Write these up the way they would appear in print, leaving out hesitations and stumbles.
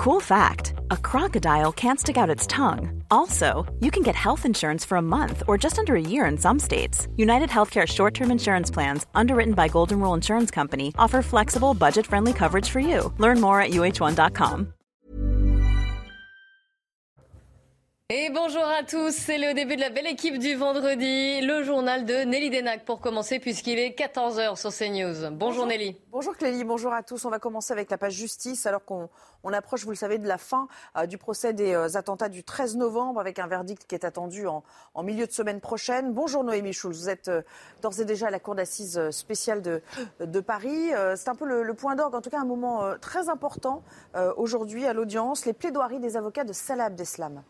Cool fact, a crocodile can't stick out its tongue. Also, you can get health insurance for a month or just under a year in some states. United Healthcare short-term insurance plans, underwritten by Golden Rule Insurance Company, offer flexible, budget-friendly coverage for you. Learn more at uh1.com. Et bonjour à tous, c'est le début de la belle équipe du vendredi, le journal de Nelly Denac pour commencer puisqu'il est 14h sur CNews. Bonjour Nelly. Bonjour Clélie, bonjour à tous. On va commencer avec la page justice alors qu'on approche, vous le savez, de la fin du procès des attentats du 13 novembre avec un verdict qui est attendu en milieu de semaine prochaine. Bonjour Noémie Schulz, vous êtes d'ores et déjà à la cour d'assises spéciale de Paris. C'est un peu le point d'orgue, en tout cas un moment très important aujourd'hui à l'audience, les plaidoiries des avocats de Salah Abdeslam.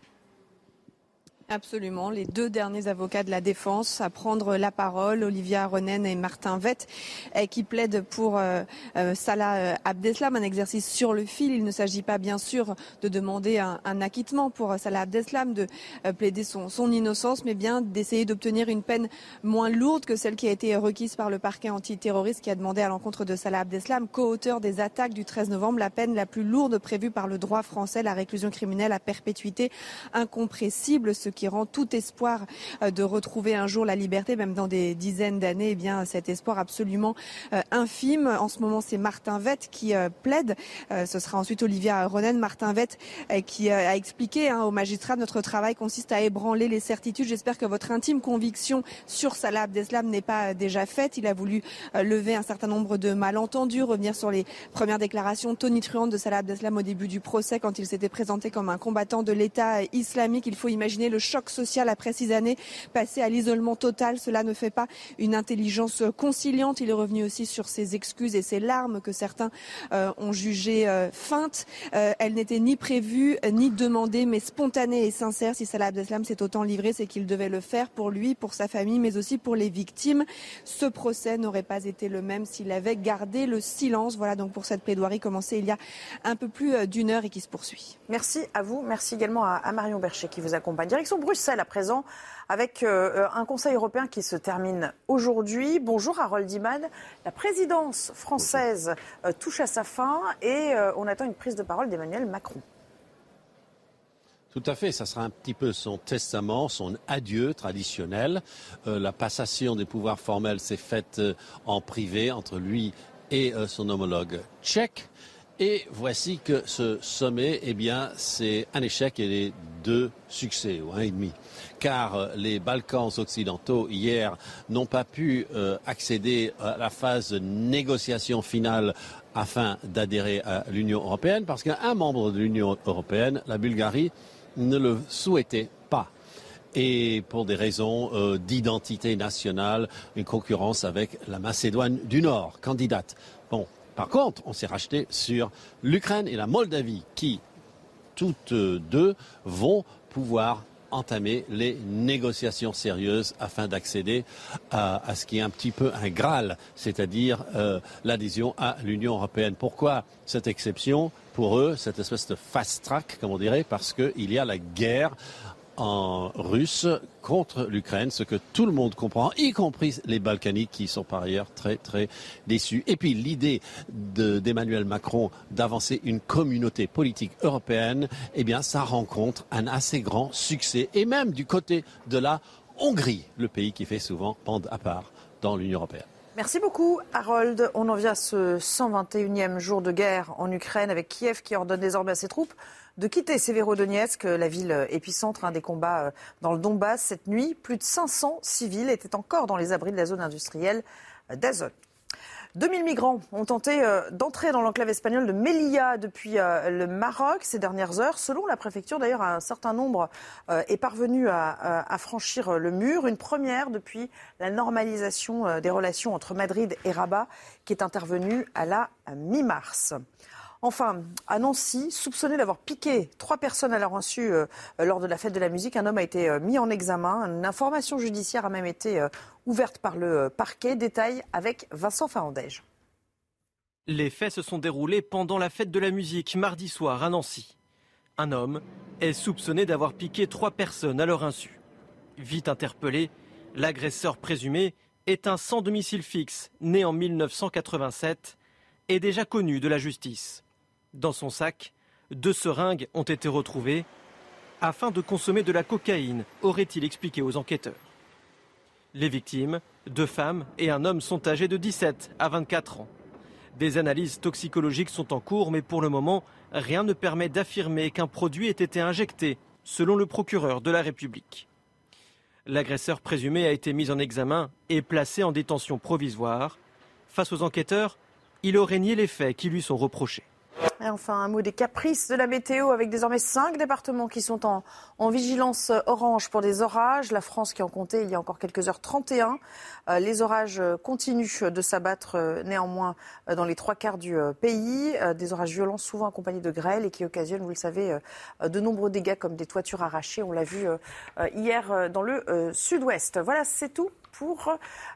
Absolument, les deux derniers avocats de la défense à prendre la parole, Olivia Ronen et Martin Vett, qui plaident pour Salah Abdeslam, un exercice sur le fil. Il ne s'agit pas bien sûr de demander un acquittement pour Salah Abdeslam, de plaider son innocence, mais bien d'essayer d'obtenir une peine moins lourde que celle qui a été requise par le parquet antiterroriste qui a demandé à l'encontre de Salah Abdeslam, co-auteur des attaques du 13 novembre, la peine la plus lourde prévue par le droit français, la réclusion criminelle à perpétuité incompressible, ce qui rend tout espoir de retrouver un jour la liberté, même dans des dizaines d'années, eh bien cet espoir absolument infime. En ce moment, c'est Martin Vett qui plaide. Ce sera ensuite Olivia Ronen. Martin Vett qui a expliqué au magistrat: notre travail consiste à ébranler les certitudes. J'espère que votre intime conviction sur Salah Abdeslam n'est pas déjà faite. Il a voulu lever un certain nombre de malentendus, revenir sur les premières déclarations tonitruantes de Salah Abdeslam au début du procès quand il s'était présenté comme un combattant de l'État islamique. Il faut imaginer le choc social après 6 années passées à l'isolement total. Cela ne fait pas une intelligence conciliante. Il est revenu aussi sur ses excuses et ses larmes que certains ont jugées feintes. Elles n'étaient ni prévues ni demandées, mais spontanées et sincères. Si Salah Abdeslam s'est autant livré, c'est qu'il devait le faire pour lui, pour sa famille, mais aussi pour les victimes. Ce procès n'aurait pas été le même s'il avait gardé le silence. Voilà donc pour cette plaidoirie commencée il y a un peu plus d'1 heure et qui se poursuit. Merci à vous. Merci également à Marion Bercher qui vous accompagne. Direction Bruxelles à présent avec un Conseil européen qui se termine aujourd'hui. Bonjour Harold Iman. La présidence française touche à sa fin et on attend une prise de parole d'Emmanuel Macron. Tout à fait, ça sera un petit peu son testament, son adieu traditionnel. La passation des pouvoirs formels s'est faite en privé entre lui et son homologue tchèque. Et voici que ce sommet, eh bien, c'est un échec et les 2 succès, ou 1,5. Car les Balkans occidentaux, hier, n'ont pas pu accéder à la phase de négociation finale afin d'adhérer à l'Union européenne, parce qu'un membre de l'Union européenne, la Bulgarie, ne le souhaitait pas. Et pour des raisons d'identité nationale, une concurrence avec la Macédoine du Nord, candidate. Bon. Par contre, on s'est racheté sur l'Ukraine et la Moldavie qui, toutes deux, vont pouvoir entamer les négociations sérieuses afin d'accéder à ce qui est un petit peu un Graal, c'est-à-dire l'adhésion à l'Union européenne. Pourquoi cette exception? Pour eux, cette espèce de fast-track, comme on dirait, parce qu'il y a la guerre en russe contre l'Ukraine, ce que tout le monde comprend, y compris les Balkaniques qui sont par ailleurs très très déçus. Et puis l'idée d'Emmanuel Macron d'avancer une communauté politique européenne, eh bien ça rencontre un assez grand succès. Et même du côté de la Hongrie, le pays qui fait souvent bande à part dans l'Union européenne. Merci beaucoup Harold. On en vient à ce 121e jour de guerre en Ukraine avec Kiev qui ordonne désormais à ses troupes de quitter Severodonetsk, la ville épicentre des combats dans le Donbass. Cette nuit, plus de 500 civils étaient encore dans les abris de la zone industrielle d'Azov. 2000 migrants ont tenté d'entrer dans l'enclave espagnole de Melilla depuis le Maroc ces dernières heures. Selon la préfecture, d'ailleurs, un certain nombre est parvenu à franchir le mur. Une première depuis la normalisation des relations entre Madrid et Rabat qui est intervenue à la mi-mars. Enfin, à Nancy, soupçonné d'avoir piqué 3 personnes à leur insu lors de la fête de la musique, un homme a été mis en examen. Une information judiciaire a même été ouverte par le parquet. Détail avec Vincent Farandège. Les faits se sont déroulés pendant la fête de la musique, mardi soir à Nancy. Un homme est soupçonné d'avoir piqué 3 personnes à leur insu. Vite interpellé, l'agresseur présumé est un sans domicile fixe, né en 1987 et déjà connu de la justice. Dans son sac, 2 seringues ont été retrouvées afin de consommer de la cocaïne, aurait-il expliqué aux enquêteurs. Les victimes, 2 femmes et un homme, sont âgés de 17 à 24 ans. Des analyses toxicologiques sont en cours, mais pour le moment, rien ne permet d'affirmer qu'un produit ait été injecté, selon le procureur de la République. L'agresseur présumé a été mis en examen et placé en détention provisoire. Face aux enquêteurs, il aurait nié les faits qui lui sont reprochés. Et enfin, un mot des caprices de la météo avec désormais 5 départements qui sont en vigilance orange pour des orages. La France qui en comptait il y a encore quelques heures 31. Les orages continuent de s'abattre néanmoins dans les 3/4 du pays. Des orages violents souvent accompagnés de grêle et qui occasionnent, vous le savez, de nombreux dégâts comme des toitures arrachées. On l'a vu hier dans le sud-ouest. Voilà, c'est tout pour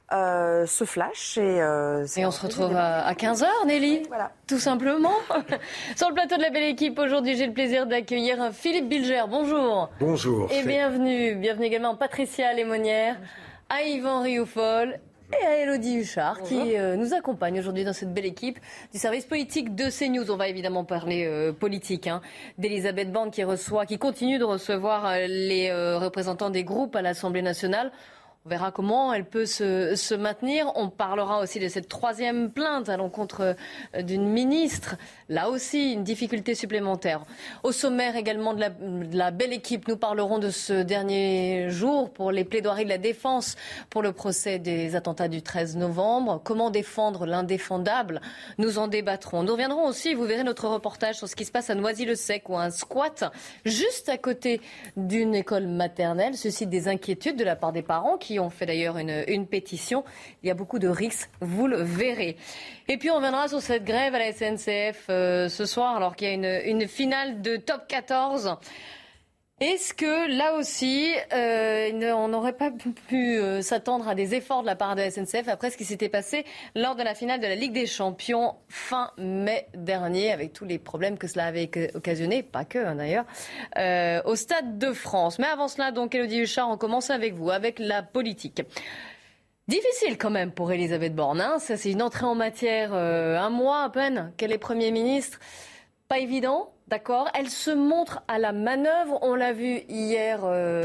ce flash. Et on se retrouve à 15h, Nelly, voilà. Tout simplement. Sur le plateau de la belle équipe, aujourd'hui, j'ai le plaisir d'accueillir Philippe Bilger. Bonjour. Bonjour. Et bienvenue. Bienvenue également Patricia Lémonière, à Yvan Rioufol et à Élodie Huchard qui nous accompagne aujourd'hui dans cette belle équipe du service politique de CNews. On va évidemment parler politique d'Elisabeth Borne qui continue de recevoir les représentants des groupes à l'Assemblée nationale. On verra comment elle peut se maintenir. On parlera aussi de cette 3e plainte à l'encontre d'une ministre. Là aussi, une difficulté supplémentaire. Au sommaire également de la belle équipe, nous parlerons de ce dernier jour pour les plaidoiries de la défense pour le procès des attentats du 13 novembre. Comment défendre l'indéfendable ? Nous en débattrons. Nous reviendrons aussi, vous verrez notre reportage sur ce qui se passe à Noisy-le-Sec où un squat juste à côté d'une école maternelle suscite des inquiétudes de la part des parents qui ont fait d'ailleurs une pétition. Il y a beaucoup de risques, vous le verrez. Et puis on reviendra sur cette grève à la SNCF ce soir, alors qu'il y a une finale de top 14. Est-ce que là aussi, on n'aurait pas pu s'attendre à des efforts de la part de la SNCF après ce qui s'était passé lors de la finale de la Ligue des Champions fin mai dernier, avec tous les problèmes que cela avait occasionné, pas que d'ailleurs, au Stade de France. Mais avant cela, donc, Élodie Huchard, on commence avec vous, avec la politique. Difficile quand même pour Elisabeth Borne. Ça, c'est une entrée en matière un mois à peine qu'elle est Premier ministre. Pas évident. D'accord, elle se montre à la manœuvre, on l'a vu hier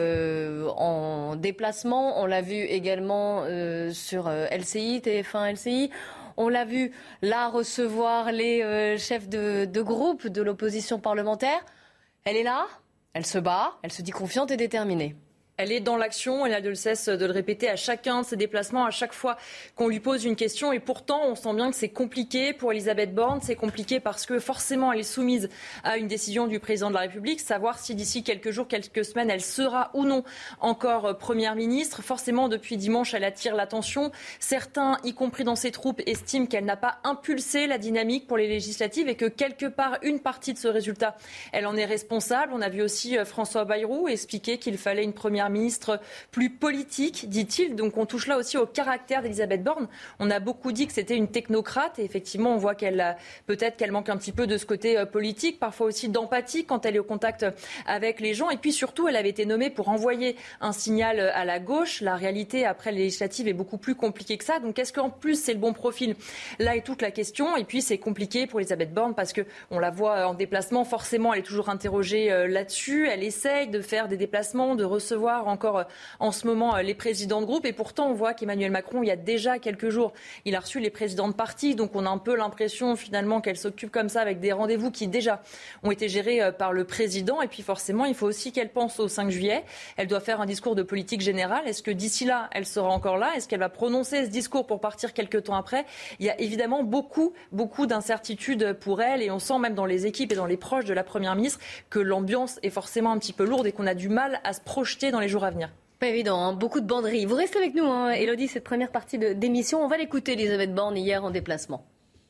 en déplacement, on l'a vu également sur LCI, TF1 LCI, on l'a vu là recevoir les chefs de groupe de l'opposition parlementaire. Elle est là, elle se bat, elle se dit confiante et déterminée. Elle est dans l'action, elle a de cesse de le répéter à chacun de ses déplacements, à chaque fois qu'on lui pose une question. Et pourtant, on sent bien que c'est compliqué pour Elisabeth Borne. C'est compliqué parce que forcément, elle est soumise à une décision du président de la République, savoir si d'ici quelques jours, quelques semaines, elle sera ou non encore première ministre. Forcément, depuis dimanche, elle attire l'attention. Certains, y compris dans ses troupes, estiment qu'elle n'a pas impulsé la dynamique pour les législatives et que quelque part, une partie de ce résultat, elle en est responsable. On a vu aussi François Bayrou expliquer qu'il fallait une première ministre plus politique, dit-il. Donc on touche là aussi au caractère d'Elisabeth Borne. On a beaucoup dit que c'était une technocrate et effectivement on voit peut-être qu'elle manque un petit peu de ce côté politique, parfois aussi d'empathie quand elle est au contact avec les gens. Et puis surtout, elle avait été nommée pour envoyer un signal à la gauche. La réalité après les législatives est beaucoup plus compliquée que ça. Donc est-ce qu'en plus c'est le bon profil ? Là est toute la question. Et puis c'est compliqué pour Elisabeth Borne parce qu'on la voit en déplacement. Forcément, elle est toujours interrogée là-dessus. Elle essaye de faire des déplacements, de recevoir encore en ce moment les présidents de groupe. Et pourtant, on voit qu'Emmanuel Macron, il y a déjà quelques jours, il a reçu les présidents de parti. Donc on a un peu l'impression finalement qu'elle s'occupe comme ça avec des rendez-vous qui déjà ont été gérés par le président. Et puis forcément, il faut aussi qu'elle pense au 5 juillet. Elle doit faire un discours de politique générale. Est-ce que d'ici là, elle sera encore là ? Est-ce qu'elle va prononcer ce discours pour partir quelques temps après ? Il y a évidemment beaucoup d'incertitudes pour elle. Et on sent même dans les équipes et dans les proches de la Première ministre que l'ambiance est forcément un petit peu lourde et qu'on a du mal à se projeter dans les jours à venir. Pas évident, beaucoup de banderies. Vous restez avec nous, Élodie, cette première partie d'émission. On va l'écouter, Elisabeth Borne, hier en déplacement.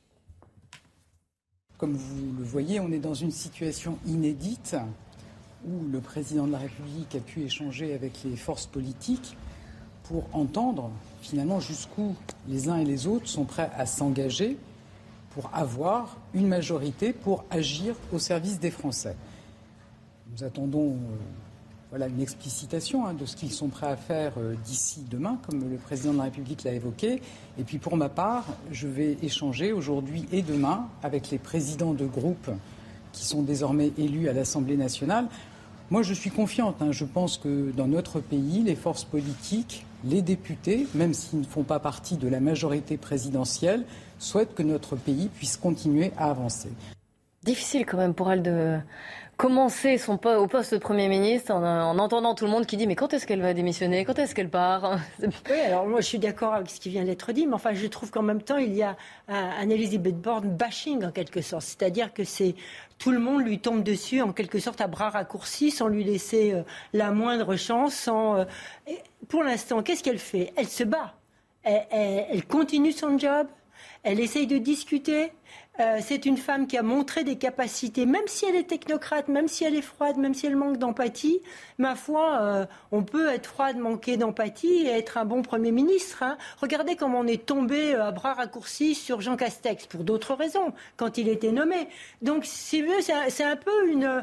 Comme vous le voyez, on est dans une situation inédite où le président de la République a pu échanger avec les forces politiques pour entendre finalement jusqu'où les uns et les autres sont prêts à s'engager pour avoir une majorité pour agir au service des Français. Nous attendons une explicitation de ce qu'ils sont prêts à faire d'ici demain, comme le président de la République l'a évoqué. Et puis pour ma part, je vais échanger aujourd'hui et demain avec les présidents de groupe qui sont désormais élus à l'Assemblée nationale. Moi, je suis confiante. Je pense que dans notre pays, les forces politiques, les députés, même s'ils ne font pas partie de la majorité présidentielle, souhaitent que notre pays puisse continuer à avancer. Difficile quand même pour elle de commencer au poste de Premier ministre en entendant tout le monde qui dit mais quand est-ce qu'elle va démissionner, quand est-ce qu'elle part? Oui, alors moi je suis d'accord avec ce qui vient d'être dit, mais enfin je trouve qu'en même temps il y a un Elisabeth Borne bashing en quelque sorte, c'est-à-dire que tout le monde lui tombe dessus en quelque sorte à bras raccourcis sans lui laisser la moindre chance. Pour l'instant, qu'est-ce qu'elle fait? Elle se bat, elle continue son job, elle essaye de discuter. C'est une femme qui a montré des capacités, même si elle est technocrate, même si elle est froide, même si elle manque d'empathie. Ma foi, on peut être froide, manquer d'empathie et être un bon Premier ministre. Regardez comment on est tombé à bras raccourcis sur Jean Castex, pour d'autres raisons, quand il était nommé. Donc, c'est un peu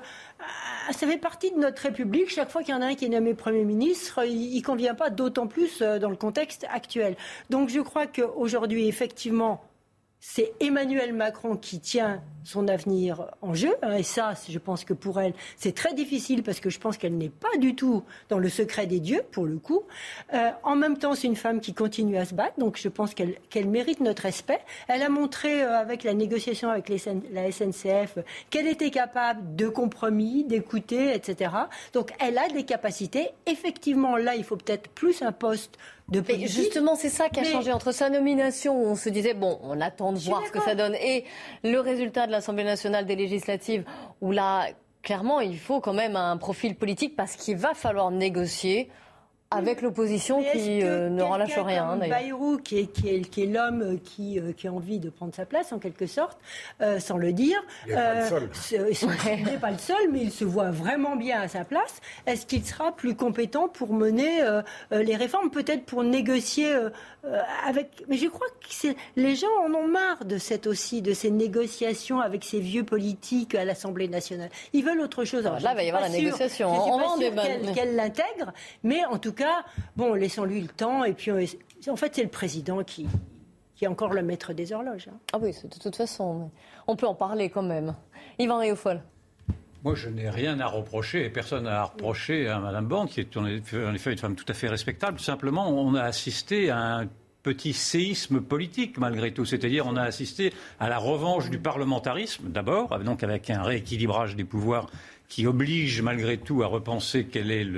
ça fait partie de notre République. Chaque fois qu'il y en a un qui est nommé Premier ministre, il ne convient pas, d'autant plus dans le contexte actuel. Donc, je crois qu'aujourd'hui, effectivement, c'est Emmanuel Macron qui tient son avenir en jeu. Et ça, je pense que pour elle, c'est très difficile parce que je pense qu'elle n'est pas du tout dans le secret des dieux, pour le coup. En même temps, c'est une femme qui continue à se battre, donc je pense qu'elle mérite notre respect. Elle a montré avec la négociation avec la SNCF qu'elle était capable de compromis, d'écouter, etc. Donc elle a des capacités. Effectivement, là, il faut peut-être plus un poste de politique. Justement, c'est ça qui a changé entre sa nomination, où on se disait, bon, on attend de voir ce que ça donne, et le résultat de l'Assemblée nationale des législatives, où là, clairement, il faut quand même un profil politique, parce qu'il va falloir négocier avec l'opposition qui ne relâche rien. Bayrou, qui est l'homme qui a envie de prendre sa place, en quelque sorte, sans le dire. Il n'est pas le seul. Il n'est pas le seul, mais il se voit vraiment bien à sa place. Est-ce qu'il sera plus compétent pour mener les réformes, peut-être pour négocier avec... Mais je crois que les gens en ont marre de ces négociations avec ces vieux politiques à l'Assemblée nationale. Ils veulent autre chose. Alors, là, il va y avoir la négociation. On va qu'elle l'intègre, mais en tout cas, bon, laissons-lui le temps. Et puis, en fait, c'est le président qui est encore le maître des horloges. Ah oui, de toute façon, on peut en parler quand même. Yvan Rioufol. Moi, je n'ai rien à reprocher, et personne n'a à reprocher à Mme Borne, qui est en effet une femme tout à fait respectable. Simplement, on a assisté à un petit séisme politique, malgré tout. C'est-à-dire, on a assisté à la revanche du parlementarisme, d'abord, donc avec un rééquilibrage des pouvoirs qui oblige, malgré tout, à repenser quelle est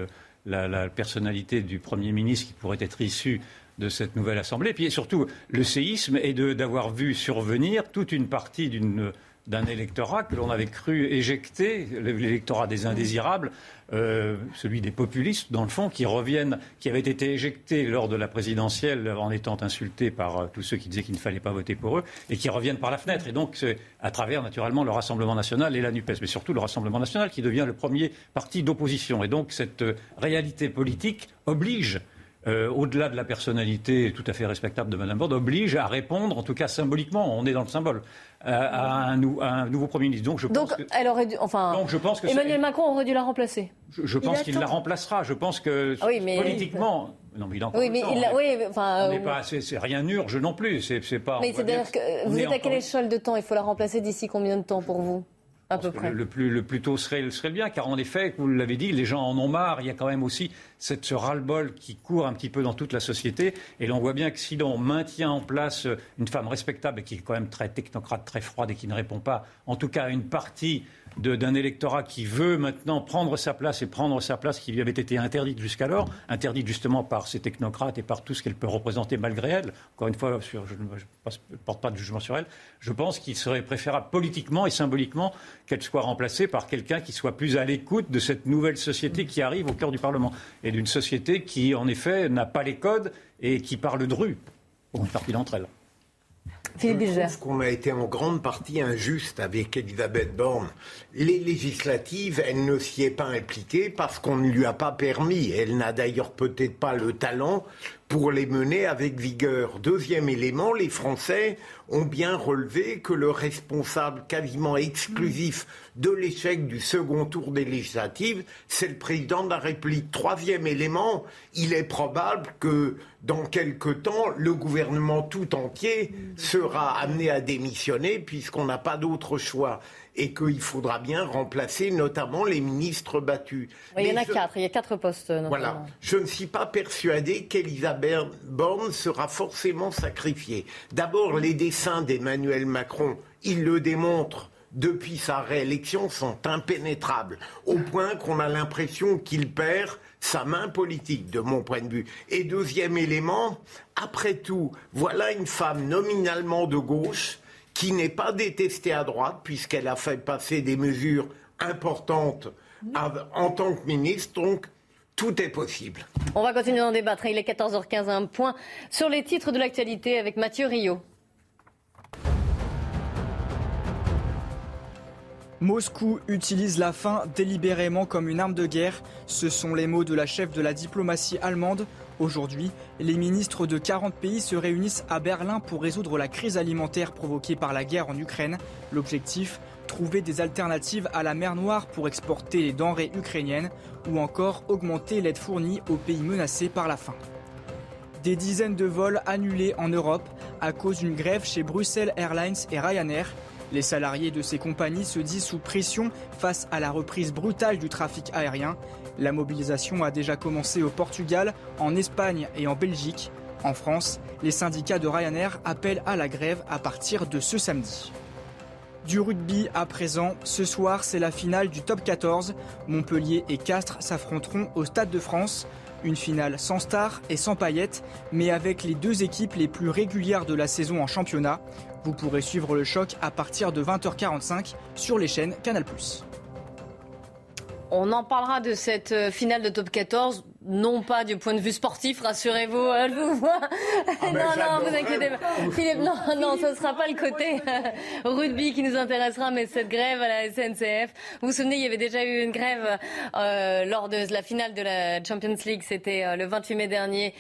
la personnalité du Premier ministre qui pourrait être issue de cette nouvelle Assemblée. Et puis surtout, le séisme est d'avoir vu survenir toute une partie d'un électorat que l'on avait cru éjecter, l'électorat des indésirables, celui des populistes, dans le fond, qui avaient été éjectés lors de la présidentielle en étant insultés par tous ceux qui disaient qu'il ne fallait pas voter pour eux, et qui reviennent par la fenêtre. Et donc, c'est à travers, naturellement, le Rassemblement national et la NUPES, mais surtout le Rassemblement national, qui devient le premier parti d'opposition. Et donc, cette réalité politique oblige, au-delà de la personnalité tout à fait respectable de Mme Borne, oblige à répondre, en tout cas symboliquement, on est dans le symbole, à un nouveau Premier ministre. Donc, je pense que Emmanuel Macron aurait dû la remplacer. Je pense qu'il la remplacera. Je pense que politiquement... Non, mais il a encore le temps. C'est rien urge non plus. C'est pas. Mais c'est-à-dire que vous êtes à quelle échelle de temps? Il faut la remplacer d'ici combien de temps pour vous? À peu près. Le plus tôt serait le bien, car en effet, vous l'avez dit, les gens en ont marre. Il y a quand même aussi ce ras-le-bol qui court un petit peu dans toute la société. Et l'on voit bien que si l'on maintient en place une femme respectable, qui est quand même très technocrate, très froide et qui ne répond pas, en tout cas à une partie d'un électorat qui veut maintenant prendre sa place qui lui avait été interdite jusqu'alors, interdite justement par ces technocrates et par tout ce qu'elle peut représenter malgré elle. Encore une fois, je ne porte pas de jugement sur elle. Je pense qu'il serait préférable politiquement et symboliquement qu'elle soit remplacée par quelqu'un qui soit plus à l'écoute de cette nouvelle société qui arrive au cœur du Parlement. Et d'une société qui, en effet, n'a pas les codes et qui parle dru, pour une partie d'entre elles. Je trouve qu'on a été en grande partie injuste avec Elisabeth Borne. Les législatives, elle ne s'y est pas impliquée parce qu'on ne lui a pas permis. Elle n'a d'ailleurs peut-être pas le talent pour les mener avec vigueur. Deuxième élément, les Français ont bien relevé que le responsable quasiment exclusif de l'échec du second tour des législatives, c'est le président de la République. Troisième élément, il est probable que dans quelque temps, le gouvernement tout entier sera amené à démissionner puisqu'on n'a pas d'autre choix. et qu'il faudra bien remplacer notamment les ministres battus. Oui, il y en a 4, il y a 4 postes. Notamment. Voilà, je ne suis pas persuadé qu'Elisabeth Borne sera forcément sacrifiée. D'abord, les dessins d'Emmanuel Macron, il le démontre. Depuis sa réélection, sont impénétrables, au point qu'on a l'impression qu'il perd sa main politique, de mon point de vue. Et deuxième élément, après tout, voilà une femme nominalement de gauche qui n'est pas détestée à droite, puisqu'elle a fait passer des mesures importantes en tant que ministre, donc tout est possible. On va continuer d'en débattre. Il est 14h15, un point sur les titres de l'actualité avec Mathieu Rio. Moscou utilise la faim délibérément comme une arme de guerre. Ce sont les mots de la chef de la diplomatie allemande. Aujourd'hui, les ministres de 40 pays se réunissent à Berlin pour résoudre la crise alimentaire provoquée par la guerre en Ukraine. L'objectif, trouver des alternatives à la mer Noire pour exporter les denrées ukrainiennes ou encore augmenter l'aide fournie aux pays menacés par la faim. Des dizaines de vols annulés en Europe à cause d'une grève chez Bruxelles Airlines et Ryanair. Les salariés de ces compagnies se disent sous pression face à la reprise brutale du trafic aérien. La mobilisation a déjà commencé au Portugal, en Espagne et en Belgique. En France, les syndicats de Ryanair appellent à la grève à partir de ce samedi. Du rugby à présent, ce soir c'est la finale du top 14. Montpellier et Castres s'affronteront au Stade de France. Une finale sans stars et sans paillettes, mais avec les deux équipes les plus régulières de la saison en championnat. Vous pourrez suivre le choc à partir de 20h45 sur les chaînes Canal+. On en parlera de cette finale de top 14, non pas du point de vue sportif, rassurez-vous, je vous vois. Non, vous inquiétez pas. Philippe, non, ce ne sera pas le côté rugby qui nous intéressera, mais cette grève à la SNCF. Vous vous souvenez, il y avait déjà eu une grève lors de la finale de la Champions League, c'était le 28 mai dernier.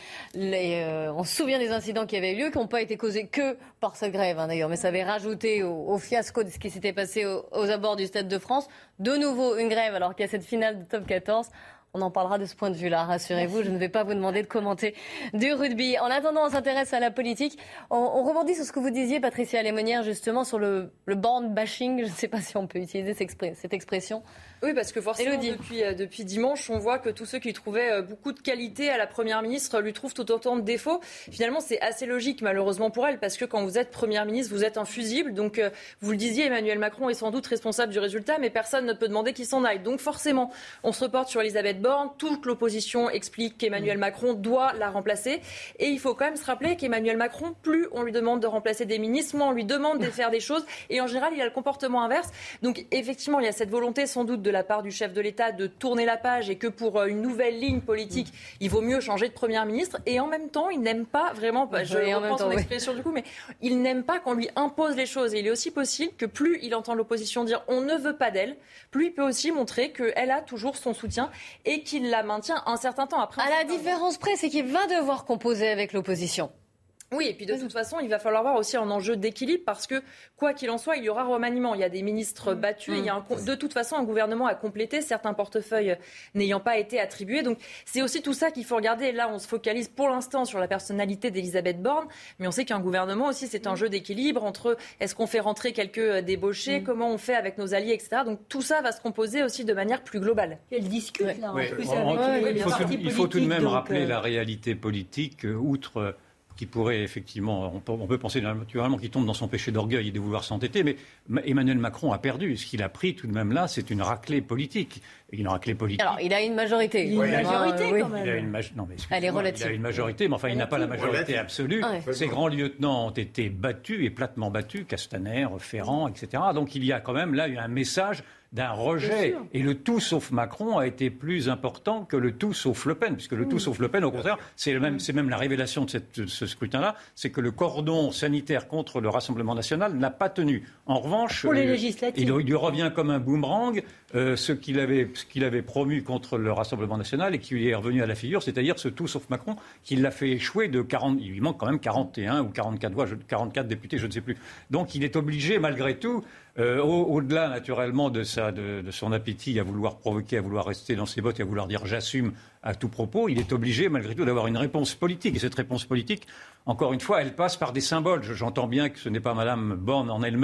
On se souvient des incidents qui avaient eu lieu, qui n'ont pas été causés que par cette grève, d'ailleurs, mais ça avait rajouté au fiasco de ce qui s'était passé aux abords du Stade de France. De nouveau une grève, alors qu'il y a cette finale de top 14. On en parlera de ce point de vue-là, rassurez-vous, je ne vais pas vous demander de commenter du rugby. En attendant, on s'intéresse à la politique. On rebondit sur ce que vous disiez, Patricia Lémonière, justement, sur le born bashing. Je ne sais pas si on peut utiliser cette expression. Oui, parce que forcément, depuis dimanche, on voit que tous ceux qui trouvaient beaucoup de qualités à la Première ministre lui trouvent tout autant de défauts. Finalement, c'est assez logique, malheureusement pour elle, parce que quand vous êtes Première ministre, vous êtes infusible. Donc, vous le disiez, Emmanuel Macron est sans doute responsable du résultat, mais personne ne peut demander qu'il s'en aille. Donc, forcément, on se reporte sur Elisabeth Borne. Toute l'opposition explique qu'Emmanuel Macron doit la remplacer. Et il faut quand même se rappeler qu'Emmanuel Macron, plus on lui demande de remplacer des ministres, moins on lui demande de faire des choses. Et en général, il a le comportement inverse. Donc, effectivement, il y a cette volonté sans doute de la part du chef de l'État de tourner la page et que pour une nouvelle ligne politique, il vaut mieux changer de Première ministre. Et en même temps, il n'aime pas vraiment, je reprends son expression du coup, mais il n'aime pas qu'on lui impose les choses. Et il est aussi possible que plus il entend l'opposition dire on ne veut pas d'elle, plus il peut aussi montrer qu'elle a toujours son soutien et qu'il la maintient un certain temps. Après, à la différence près, c'est qu'il va devoir composer avec l'opposition. Oui, et puis de toute façon, il va falloir voir aussi un enjeu d'équilibre parce que, quoi qu'il en soit, il y aura remaniement. Il y a des ministres battus, il y a de toute façon un gouvernement à compléter, certains portefeuilles n'ayant pas été attribués. Donc c'est aussi tout ça qu'il faut regarder. Là, on se focalise pour l'instant sur la personnalité d'Elisabeth Borne, mais on sait qu'un gouvernement aussi, c'est un jeu d'équilibre entre est-ce qu'on fait rentrer quelques débauchés, comment on fait avec nos alliés, etc. Donc tout ça va se composer aussi de manière plus globale. Elle discute là. Il faut tout de même rappeler la réalité politique, outre... qui pourrait effectivement, on peut penser naturellement qu'il tombe dans son péché d'orgueil et de vouloir s'entêter, mais Emmanuel Macron a perdu. Ce qu'il a pris tout de même là, c'est une raclée politique. Une raclée politique. Alors, il a une majorité. Quand même. Il a une Elle est relative. Il a une majorité, mais enfin, il n'a pas la majorité absolue. Ses grands lieutenants ont été battus et platement battus, Castaner, Ferrand, etc. Donc il y a quand même là un message d'un rejet. Et le tout sauf Macron a été plus important que le tout sauf Le Pen, puisque le tout sauf Le Pen, au contraire, c'est même la révélation de ce scrutin-là, c'est que le cordon sanitaire contre le Rassemblement national n'a pas tenu. En revanche, pour les législatives, il lui revient comme un boomerang ce qu'il avait promu contre le Rassemblement national et qui lui est revenu à la figure, c'est-à-dire ce tout sauf Macron, qui l'a fait échouer de 40, il lui manque quand même 41 ou 44 voix, 44 députés, je ne sais plus. Donc il est obligé, malgré tout, au-delà naturellement de son appétit à vouloir provoquer, à vouloir rester dans ses bottes et à vouloir dire j'assume à tout propos, il est obligé malgré tout d'avoir une réponse politique. Et cette réponse politique, encore une fois, elle passe par des symboles. J'entends bien que ce n'est pas Mme Borne en elle-même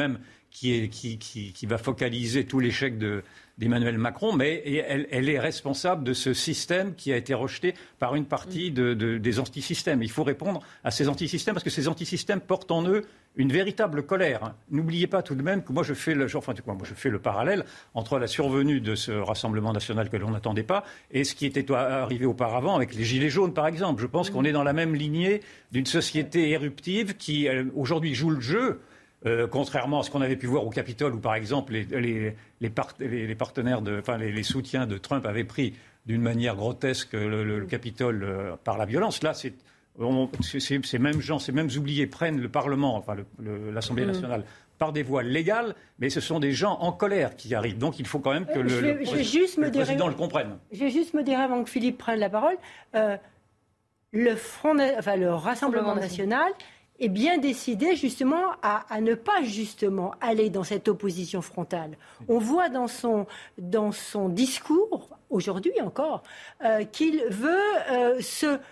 qui va focaliser tout l'échec d'Emmanuel Macron, mais elle est responsable de ce système qui a été rejeté par une partie des antisystèmes. Il faut répondre à ces antisystèmes parce que ces antisystèmes portent en eux une véritable colère. N'oubliez pas tout de même que moi je fais le parallèle entre la survenue de ce Rassemblement national que l'on n'attendait pas et ce qui était arrivé auparavant avec les Gilets jaunes, par exemple. Je pense qu'on est dans la même lignée d'une société éruptive qui, aujourd'hui, joue le jeu. Contrairement à ce qu'on avait pu voir au Capitole, où par exemple les partenaires, les soutiens de Trump avaient pris d'une manière grotesque le Capitole par la violence. Là, ces mêmes gens, ces mêmes oubliés prennent le Parlement, l'Assemblée nationale, par des voies légales, mais ce sont des gens en colère qui arrivent. Donc il faut quand même que le président le comprenne. Je vais juste me dire, avant que Philippe prenne la parole, le Rassemblement national est bien décidé justement à ne pas justement aller dans cette opposition frontale. On voit dans son discours, aujourd'hui encore, qu'il veut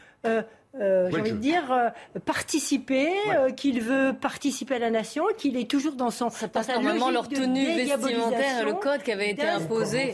participer, qu'il veut participer à la nation, qu'il est toujours dans sa logique leur tenue vestimentaire, le code qui avait été imposé,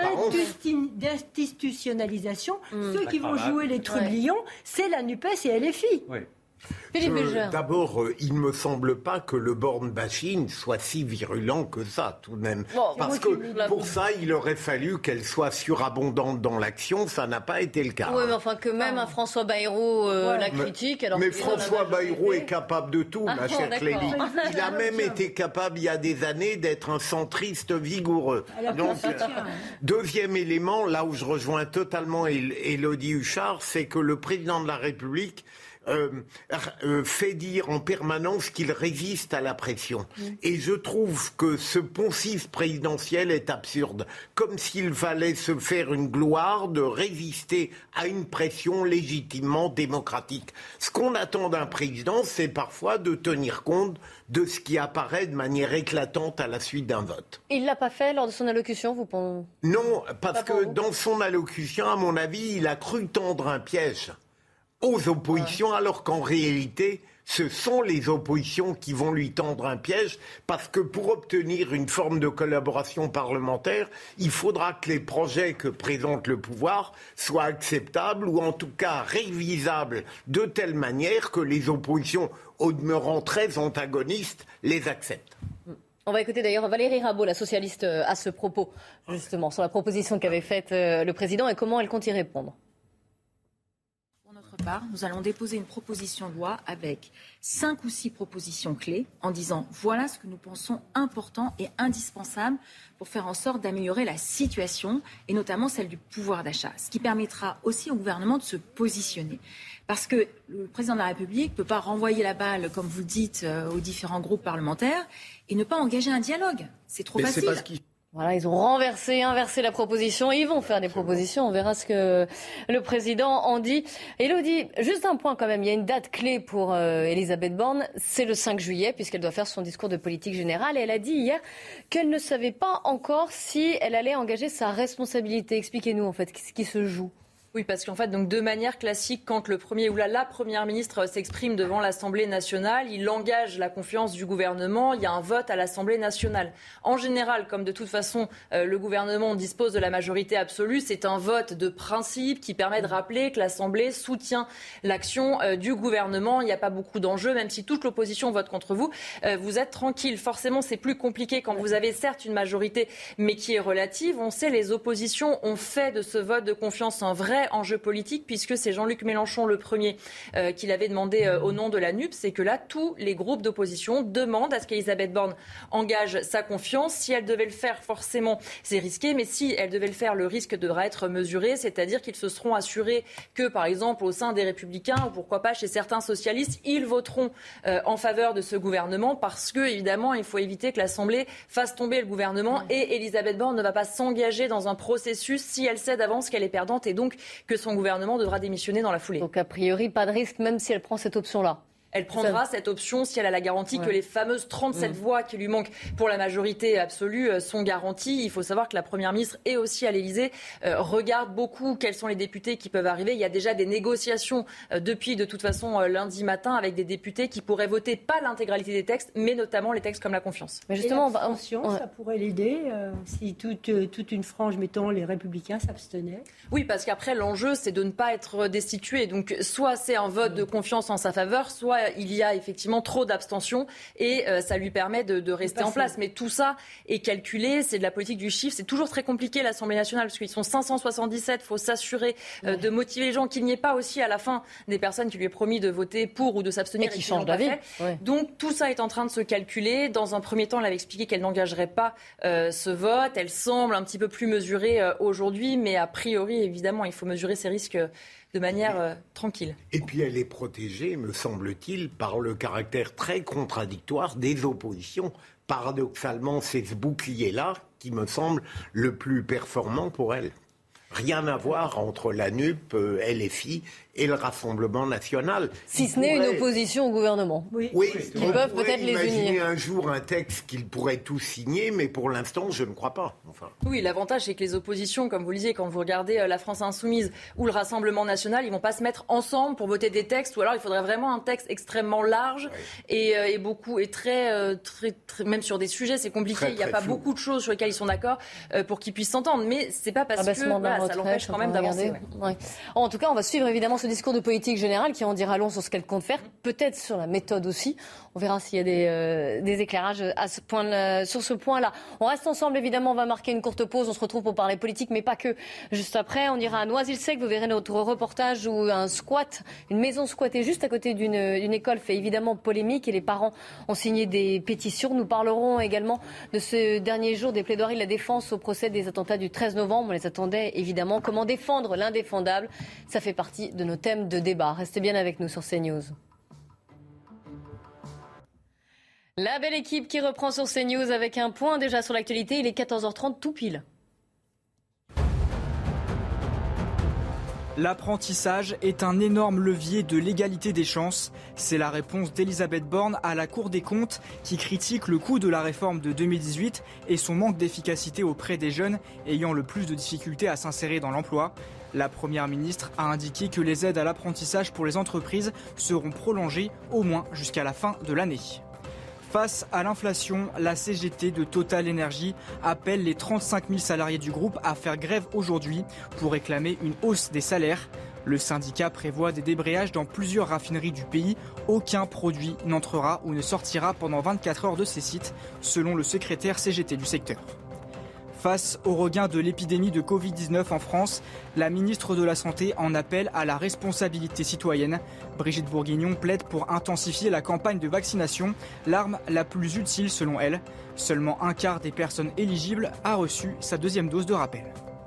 d'institutionnalisation. Ceux qui vont jouer les trublions, c'est la NUPES et LFI. Oui. D'abord, il ne me semble pas que le born bashing soit si virulent que ça, tout de même. Parce que pour ça, il aurait fallu qu'elle soit surabondante dans l'action. Ça n'a pas été le cas. Oui, mais enfin, que même un François Bayrou la critique. Mais François Bayrou est capable de tout, ma chère Clélie. Il a même été capable, il y a des années, d'être un centriste vigoureux. Donc, deuxième élément, là où je rejoins totalement Élodie Huchard, c'est que le président de la République fait dire en permanence qu'il résiste à la pression. Et je trouve que ce poncif présidentiel est absurde. Comme s'il fallait se faire une gloire de résister à une pression légitimement démocratique. Ce qu'on attend d'un président, c'est parfois de tenir compte de ce qui apparaît de manière éclatante à la suite d'un vote. Il ne l'a pas fait lors de son allocution, vous pensez ? Non, parce que dans son allocution, à mon avis, il a cru tendre un piège aux oppositions, alors qu'en réalité, ce sont les oppositions qui vont lui tendre un piège, parce que pour obtenir une forme de collaboration parlementaire, il faudra que les projets que présente le pouvoir soient acceptables ou en tout cas révisables de telle manière que les oppositions, au demeurant très antagonistes, les acceptent. On va écouter d'ailleurs Valérie Rabault, la socialiste, à ce propos, justement, sur la proposition qu'avait faite le président et comment elle compte y répondre. Nous allons déposer une proposition de loi avec 5 ou 6 propositions clés en disant voilà ce que nous pensons important et indispensable pour faire en sorte d'améliorer la situation et notamment celle du pouvoir d'achat. Ce qui permettra aussi au gouvernement de se positionner. Parce que le président de la République ne peut pas renvoyer la balle, comme vous le dites, aux différents groupes parlementaires et ne pas engager un dialogue. C'est trop facile. Voilà, ils ont inversé la proposition. Ils vont faire des propositions. On verra ce que le président en dit. Élodie, juste un point quand même. Il y a une date clé pour Elisabeth Borne. C'est le 5 juillet, puisqu'elle doit faire son discours de politique générale. Et elle a dit hier qu'elle ne savait pas encore si elle allait engager sa responsabilité. Expliquez-nous, en fait, ce qui se joue. Oui, parce qu'en fait, donc de manière classique, quand le premier ou la première ministre s'exprime devant l'Assemblée nationale, il engage la confiance du gouvernement, il y a un vote à l'Assemblée nationale. En général, comme de toute façon, le gouvernement dispose de la majorité absolue, c'est un vote de principe qui permet de rappeler que l'Assemblée soutient l'action du gouvernement. Il n'y a pas beaucoup d'enjeux, même si toute l'opposition vote contre vous. Vous êtes tranquille. Forcément, c'est plus compliqué quand vous avez certes une majorité, mais qui est relative. On sait, les oppositions ont fait de ce vote de confiance un vrai enjeu politique, puisque c'est Jean-Luc Mélenchon le premier qui l'avait demandé au nom de la NUP. C'est que là, tous les groupes d'opposition demandent à ce qu'Elisabeth Borne engage sa confiance. Si elle devait le faire, forcément, c'est risqué, mais si elle devait le faire, le risque devra être mesuré, c'est-à-dire qu'ils se seront assurés que, par exemple, au sein des Républicains, ou pourquoi pas chez certains socialistes, ils voteront en faveur de ce gouvernement, parce que, évidemment, il faut éviter que l'Assemblée fasse tomber le gouvernement, et Elisabeth Borne ne va pas s'engager dans un processus si elle sait d'avance qu'elle est perdante, et donc que son gouvernement devra démissionner dans la foulée. Donc a priori, pas de risque, même si elle prend cette option-là. Elle prendra cette option si elle a la garantie que les fameuses 37 voix qui lui manquent pour la majorité absolue sont garanties. Il faut savoir que la Première ministre et aussi à l'Élysée regarde beaucoup quels sont les députés qui peuvent arriver. Il y a déjà des négociations depuis de toute façon lundi matin avec des députés qui pourraient voter pas l'intégralité des textes, mais notamment les textes comme la confiance. Mais justement, ça pourrait l'aider si toute une frange, mettons les Républicains, s'abstenaient. Oui, parce qu'après l'enjeu c'est de ne pas être destitué. Donc soit c'est un vote de confiance en sa faveur, soit il y a effectivement trop d'abstention et ça lui permet de rester en place. Mais tout ça est calculé, c'est de la politique du chiffre. C'est toujours très compliqué l'Assemblée nationale parce qu'ils sont 577. Il faut s'assurer de motiver les gens, qu'il n'y ait pas aussi à la fin des personnes qui lui aient promis de voter pour ou de s'abstenir et qui changent d'avis. Donc tout ça est en train de se calculer. Dans un premier temps, elle avait expliqué qu'elle n'engagerait pas ce vote. Elle semble un petit peu plus mesurée aujourd'hui, mais a priori, évidemment, il faut mesurer ces risques de manière tranquille. Et puis elle est protégée, me semble-t-il, par le caractère très contradictoire des oppositions. Paradoxalement, c'est ce bouclier-là qui me semble le plus performant pour elle. Rien à voir entre la NUP, LFI et le Rassemblement national. Si ce n'est une opposition au gouvernement. Oui, qui peuvent peut-être les imaginer unir. un jour un texte qu'ils pourraient tous signer, mais pour l'instant, je ne crois pas. Enfin. Oui, l'avantage, c'est que les oppositions, comme vous le disiez, quand vous regardez la France Insoumise ou le Rassemblement national, ils ne vont pas se mettre ensemble pour voter des textes, ou alors il faudrait vraiment un texte extrêmement large et très, même sur des sujets, c'est compliqué. Il n'y a pas beaucoup de choses sur lesquelles ils sont d'accord pour qu'ils puissent s'entendre. Mais c'est pas parce que ça l'empêche quand même d'avancer. Ouais. En tout cas, on va suivre évidemment ce discours de politique générale qui en dira long sur ce qu'elle compte faire, peut-être sur la méthode aussi. On verra s'il y a des éclairages sur ce point-là. On reste ensemble, évidemment, on va marquer une courte pause. On se retrouve pour parler politique, mais pas que. Juste après, on ira à Noisy-le-Sec. Vous verrez notre reportage où une maison squattée juste à côté d'une école fait évidemment polémique et les parents ont signé des pétitions. Nous parlerons également de ce dernier jour des plaidoiries de la défense au procès des attentats du 13 novembre. On les attendait évidemment. Comment défendre l'indéfendable ? Ça fait partie de nos thèmes de débat. Restez bien avec nous sur CNews. La belle équipe qui reprend sur CNews avec un point déjà sur l'actualité. Il est 14h30 tout pile. L'apprentissage est un énorme levier de l'égalité des chances. C'est la réponse d'Elisabeth Borne à la Cour des comptes qui critique le coût de la réforme de 2018 et son manque d'efficacité auprès des jeunes ayant le plus de difficultés à s'insérer dans l'emploi. La Première ministre a indiqué que les aides à l'apprentissage pour les entreprises seront prolongées au moins jusqu'à la fin de l'année. Face à l'inflation, la CGT de Total Energy appelle les 35 000 salariés du groupe à faire grève aujourd'hui pour réclamer une hausse des salaires. Le syndicat prévoit des débrayages dans plusieurs raffineries du pays. Aucun produit n'entrera ou ne sortira pendant 24 heures de ces sites, selon le secrétaire CGT du secteur. Face au regain de l'épidémie de Covid-19 en France, la ministre de la Santé en appelle à la responsabilité citoyenne. Brigitte Bourguignon plaide pour intensifier la campagne de vaccination, l'arme la plus utile selon elle. Seulement un quart des personnes éligibles a reçu sa deuxième dose de rappel.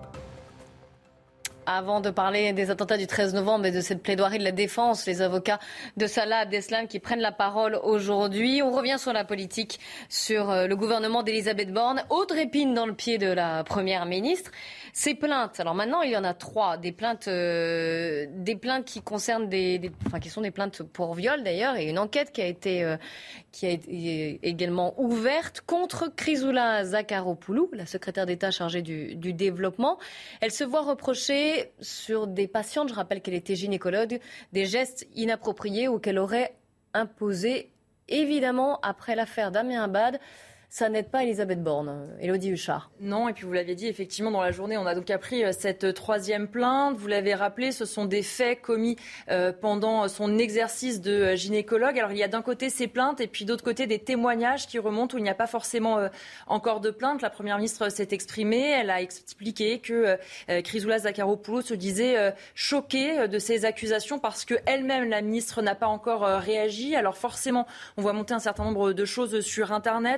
Avant de parler des attentats du 13 novembre et de cette plaidoirie de la défense, les avocats de Salah Abdeslam qui prennent la parole aujourd'hui. On revient sur la politique, sur le gouvernement d'Elisabeth Borne. Autre épine dans le pied de la Première ministre, ces plaintes. Alors maintenant, il y en a 3. Des plaintes qui concernent qui sont des plaintes pour viol d'ailleurs, et une enquête qui a été également ouverte contre Chrysoula Zakharopoulou, la secrétaire d'État chargée du développement. Elle se voit reprocher sur des patientes, je rappelle qu'elle était gynécologue, des gestes inappropriés ou qu'elle aurait imposés. Évidemment, après l'affaire Damien Abad, ça n'aide pas Elisabeth Borne. Élodie Huchard. Non, et puis vous l'aviez dit, effectivement, dans la journée, on a donc appris cette troisième plainte. Vous l'avez rappelé, ce sont des faits commis pendant son exercice de gynécologue. Alors, il y a d'un côté ces plaintes et puis d'autre côté des témoignages qui remontent où il n'y a pas forcément encore de plainte. La Première ministre s'est exprimée. Elle a expliqué que Chrysoula Zakharopoulou se disait choquée de ces accusations parce qu'elle-même, la ministre, n'a pas encore réagi. Alors, forcément, on voit monter un certain nombre de choses sur Internet, notamment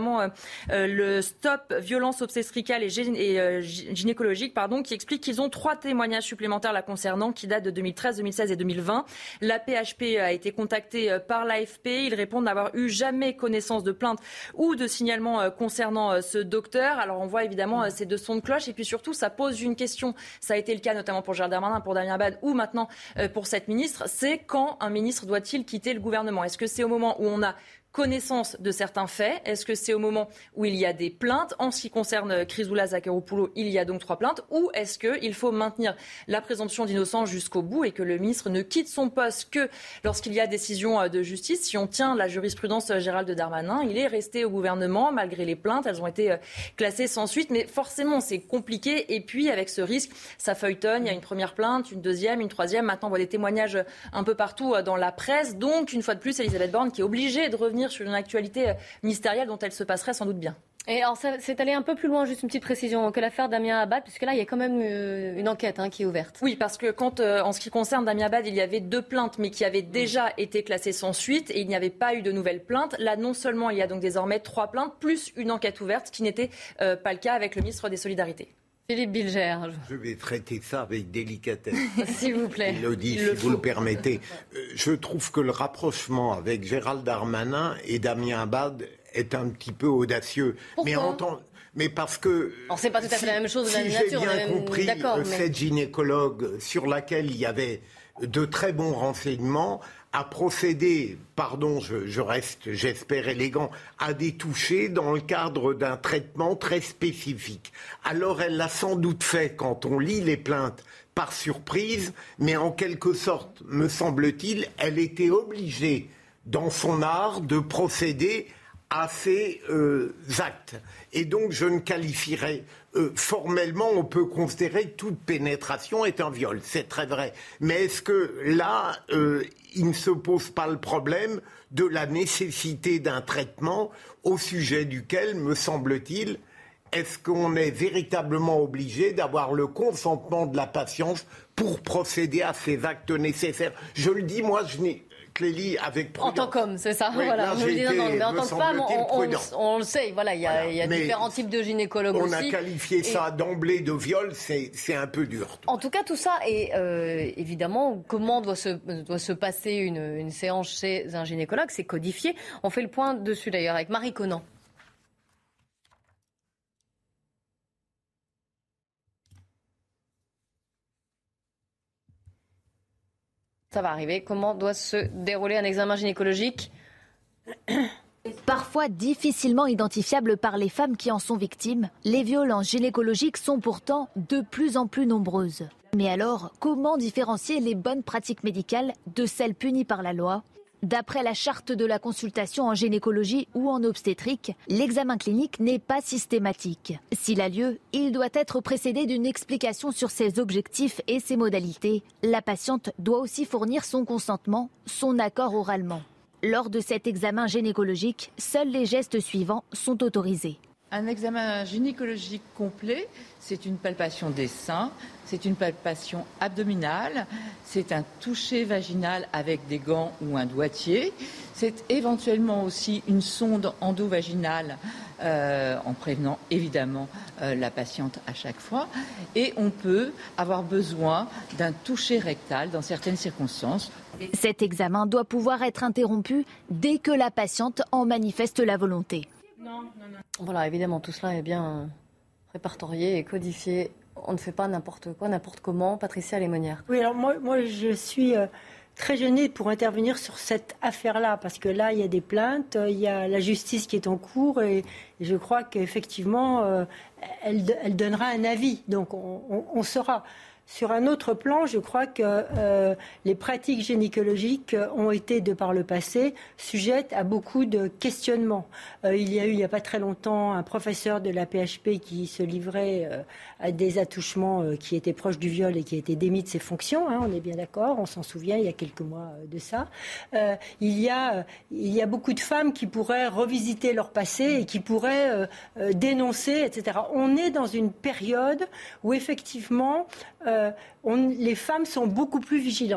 notamment le Stop Violence obstétricale et gynécologique, qui explique qu'ils ont 3 témoignages supplémentaires la concernant qui datent de 2013, 2016 et 2020. La PHP a été contactée par l'AFP. Ils répondent n'avoir eu jamais connaissance de plainte ou de signalement concernant ce docteur. Alors on voit évidemment ces 2 sons de cloche et puis surtout ça pose une question. Ça a été le cas notamment pour Gérald Darmanin, pour Damien Abad ou maintenant pour cette ministre. C'est quand un ministre doit-il quitter le gouvernement ? Est-ce que c'est au moment où on a connaissance de certains faits? Est-ce que c'est au moment où il y a des plaintes? En ce qui concerne Chrysoula Zacharopoulou, il y a donc 3 plaintes. Ou est-ce qu'il faut maintenir la présomption d'innocence jusqu'au bout et que le ministre ne quitte son poste que lorsqu'il y a décision de justice? Si on tient la jurisprudence Gérald Darmanin, il est resté au gouvernement malgré les plaintes. Elles ont été classées sans suite. Mais forcément, c'est compliqué. Et puis, avec ce risque, ça feuilletonne. Il y a une première plainte, une deuxième, une troisième. Maintenant, on voit des témoignages un peu partout dans la presse. Donc, une fois de plus, Elisabeth Borne qui est obligée de revenir sur une actualité ministérielle dont elle se passerait sans doute bien. Et alors, c'est allé un peu plus loin, juste une petite précision, que l'affaire Damien Abad, puisque là, il y a quand même une enquête qui est ouverte. Oui, parce que quand, en ce qui concerne Damien Abad, il y avait 2 plaintes, mais qui avaient déjà été classées sans suite, et il n'y avait pas eu de nouvelles plaintes. Là, non seulement il y a donc désormais 3 plaintes, plus une enquête ouverte, ce qui n'était pas le cas avec le ministre des Solidarités. Philippe Bilger. Je vais traiter ça avec délicatesse. S'il vous plaît. Élodie, si vous le permettez. Je trouve que le rapprochement avec Gérald Darmanin et Damien Abad est un petit peu audacieux. Pourquoi ? Mais parce que... Alors, c'est pas tout à fait la même chose de la nature. Si j'ai bien compris, cette gynécologue sur laquelle il y avait de très bons renseignements a procédé, j'espère élégant, à des touchés dans le cadre d'un traitement très spécifique. Alors elle l'a sans doute fait quand on lit les plaintes par surprise, mais en quelque sorte, me semble-t-il, elle était obligée, dans son art, de procéder à ces actes. Et donc je ne qualifierais... formellement, on peut considérer que toute pénétration est un viol. C'est très vrai. Mais est-ce que là, il ne se pose pas le problème de la nécessité d'un traitement au sujet duquel, me semble-t-il, est-ce qu'on est véritablement obligé d'avoir le consentement de la patiente pour procéder à ces actes nécessaires? Je le dis, moi, je n'ai... Clélie, avec prudence. En tant qu'homme, c'est ça. Oui, voilà. Mais en tant que femme, on le sait. Voilà, il y a différents types de gynécologues aussi. On a qualifié ça d'emblée de viol, c'est un peu dur. En tout cas, tout ça est évidemment comment doit se passer une séance chez un gynécologue, c'est codifié. On fait le point dessus d'ailleurs avec Marie Conan. Ça va arriver. Comment doit se dérouler un examen gynécologique ? Parfois difficilement identifiables par les femmes qui en sont victimes, les violences gynécologiques sont pourtant de plus en plus nombreuses. Mais alors, comment différencier les bonnes pratiques médicales de celles punies par la loi ? D'après la charte de la consultation en gynécologie ou en obstétrique, l'examen clinique n'est pas systématique. S'il a lieu, il doit être précédé d'une explication sur ses objectifs et ses modalités. La patiente doit aussi fournir son consentement, son accord oralement. Lors de cet examen gynécologique, seuls les gestes suivants sont autorisés. Un examen gynécologique complet, c'est une palpation des seins, c'est une palpation abdominale, c'est un toucher vaginal avec des gants ou un doigtier, c'est éventuellement aussi une sonde endovaginale en prévenant évidemment la patiente à chaque fois. Et on peut avoir besoin d'un toucher rectal dans certaines circonstances. Cet examen doit pouvoir être interrompu dès que la patiente en manifeste la volonté. Non. Voilà, évidemment, tout cela est bien répertorié et codifié. On ne fait pas n'importe quoi, n'importe comment. Patricia Lémonière. Oui, alors moi je suis très gênée pour intervenir sur cette affaire-là, parce que là, il y a des plaintes, il y a la justice qui est en cours, et je crois qu'effectivement, elle donnera un avis. Donc, on saura. Sur un autre plan, je crois que les pratiques gynécologiques ont été, de par le passé, sujettes à beaucoup de questionnements. Il y a eu, il n'y a pas très longtemps, un professeur de la PHP qui se livrait à des attouchements qui étaient proches du viol et qui a été démis de ses fonctions. On est bien d'accord, on s'en souvient, il y a quelques mois de ça. Il y a beaucoup de femmes qui pourraient revisiter leur passé et qui pourraient dénoncer, etc. On est dans une période où, effectivement, les femmes sont beaucoup plus vigilantes.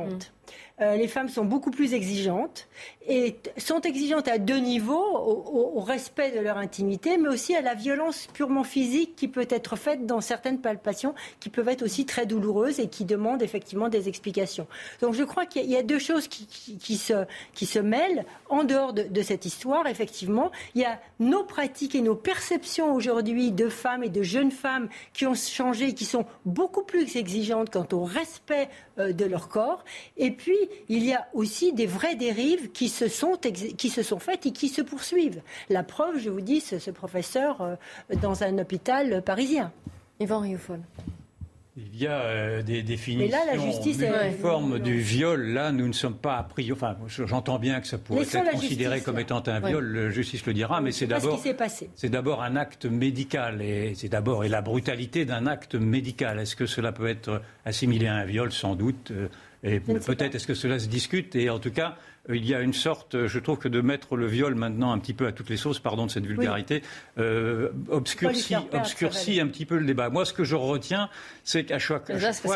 les femmes sont beaucoup plus exigeantes et sont exigeantes à deux niveaux, au respect de leur intimité, mais aussi à la violence purement physique qui peut être faite dans certaines palpations qui peuvent être aussi très douloureuses et qui demandent effectivement des explications. Donc je crois qu'il y a deux choses qui se mêlent en dehors de cette histoire. Effectivement, il y a nos pratiques et nos perceptions aujourd'hui de femmes et de jeunes femmes qui ont changé, qui sont beaucoup plus exigeantes quant au respect de leur corps. Et puis, il y a aussi des vraies dérives qui se sont faites et qui se poursuivent. La preuve, je vous dis, ce professeur dans un hôpital parisien. Yvan Rioufol. Il y a des définitions la uniformes du viol. Là, nous ne sommes pas a priori. Enfin, j'entends bien que ça pourrait être considéré comme étant un viol. La justice le dira, mais c'est d'abord un acte médical et la brutalité d'un acte médical. Est-ce que cela peut être assimilé à un viol? Sans doute. Et peut-être est-ce que cela se discute. Et en tout cas, il y a une sorte, je trouve que de mettre le viol maintenant un petit peu à toutes les sauces, pardon de cette vulgarité, obscurcit un petit peu le débat. Moi, ce que je retiens, c'est qu'à chaque fois,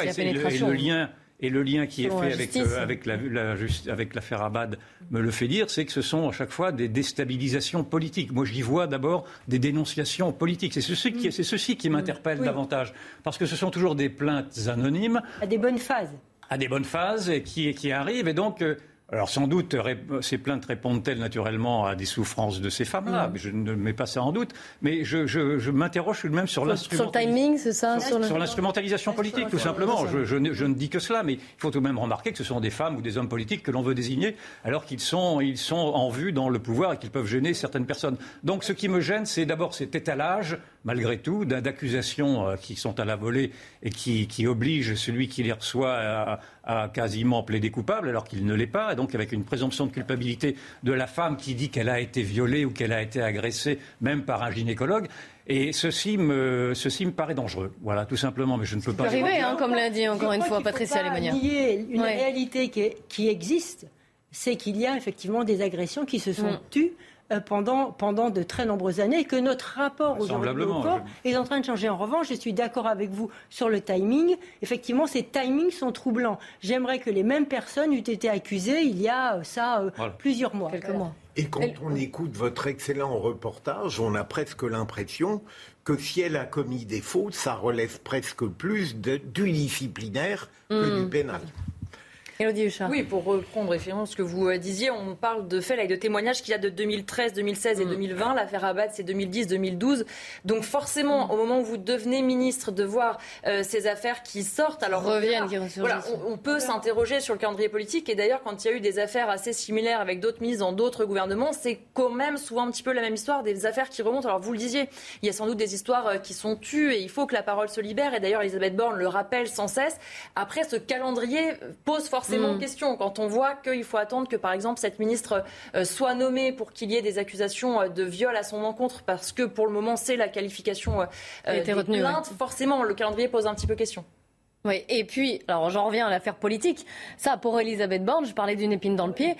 et le lien qui est fait avec l'affaire Abad me le fait dire, c'est que ce sont à chaque fois des déstabilisations politiques. Moi, j'y vois d'abord des dénonciations politiques. C'est ceci qui m'interpelle davantage. Parce que ce sont toujours des plaintes anonymes. À des bonnes phases. Et qui arrivent. Et donc... alors sans doute, ces plaintes répondent-elles naturellement à des souffrances de ces femmes-là, mais je ne mets pas ça en doute. Mais je m'interroge tout de même sur l'instrumentalisation. Sur le timing, c'est ça? Sur l'instrumentalisation politique, tout simplement. Je ne dis que cela, mais il faut tout de même remarquer que ce sont des femmes ou des hommes politiques que l'on veut désigner, alors qu'ils sont en vue dans le pouvoir et qu'ils peuvent gêner certaines personnes. Donc ce qui me gêne, c'est d'abord cet étalage, malgré tout, d'accusations qui sont à la volée et qui obligent celui qui les reçoit à quasiment plaider coupable, alors qu'il ne l'est pas. Et donc avec une présomption de culpabilité de la femme qui dit qu'elle a été violée ou qu'elle a été agressée, même par un gynécologue. Et ceci me paraît dangereux. Voilà, tout simplement. Mais je ne peux pas... arriver, comme l'a dit encore une fois Patricia Lemonnier. Il y a une réalité qui existe, c'est qu'il y a effectivement des agressions qui se sont tues pendant de très nombreuses années et que notre rapport aujourd'hui au corps est en train de changer. En revanche, je suis d'accord avec vous sur le timing. Effectivement, ces timings sont troublants. J'aimerais que les mêmes personnes eussent été accusées il y a plusieurs mois. Quelques mois. Et quand on écoute votre excellent reportage, on a presque l'impression que si elle a commis des fautes, ça relève presque plus du disciplinaire que du pénal. Élodie Huchard. Oui, pour reprendre effectivement ce que vous disiez, on parle de faits avec de témoignages qu'il y a de 2013, 2016 et 2020. L'affaire Abad, c'est 2010, 2012. Donc forcément, au moment où vous devenez ministre, de voir ces affaires qui sortent, alors on peut s'interroger sur le calendrier politique. Et d'ailleurs, quand il y a eu des affaires assez similaires avec d'autres ministres dans d'autres gouvernements, c'est quand même souvent un petit peu la même histoire, des affaires qui remontent. Alors vous le disiez, il y a sans doute des histoires qui sont tues et il faut que la parole se libère. Et d'ailleurs, Elisabeth Borne le rappelle sans cesse. Après, ce calendrier pose forcément question. Quand on voit qu'il faut attendre que, par exemple, cette ministre soit nommée pour qu'il y ait des accusations de viol à son encontre, parce que pour le moment, c'est la qualification des plaintes, forcément, le calendrier pose un petit peu question. Oui, et puis, alors j'en reviens à l'affaire politique. Ça, pour Elisabeth Borne, je parlais d'une épine dans le pied.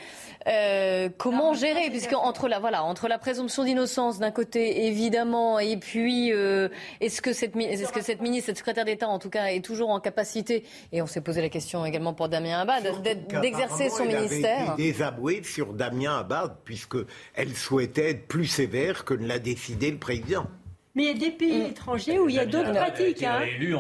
Comment gérer, puisque entre la présomption d'innocence d'un côté, évidemment, et puis est-ce que cette ministre, cette secrétaire d'État, en tout cas, est toujours en capacité, et on s'est posé la question également pour Damien Abad, d'exercer son ministère. Elle avait été désavouée sur Damien Abad, puisqu'elle souhaitait être plus sévère que ne l'a décidé le président. Mais il y a des pays étrangers où il y a d'autres pratiques. Elle a élu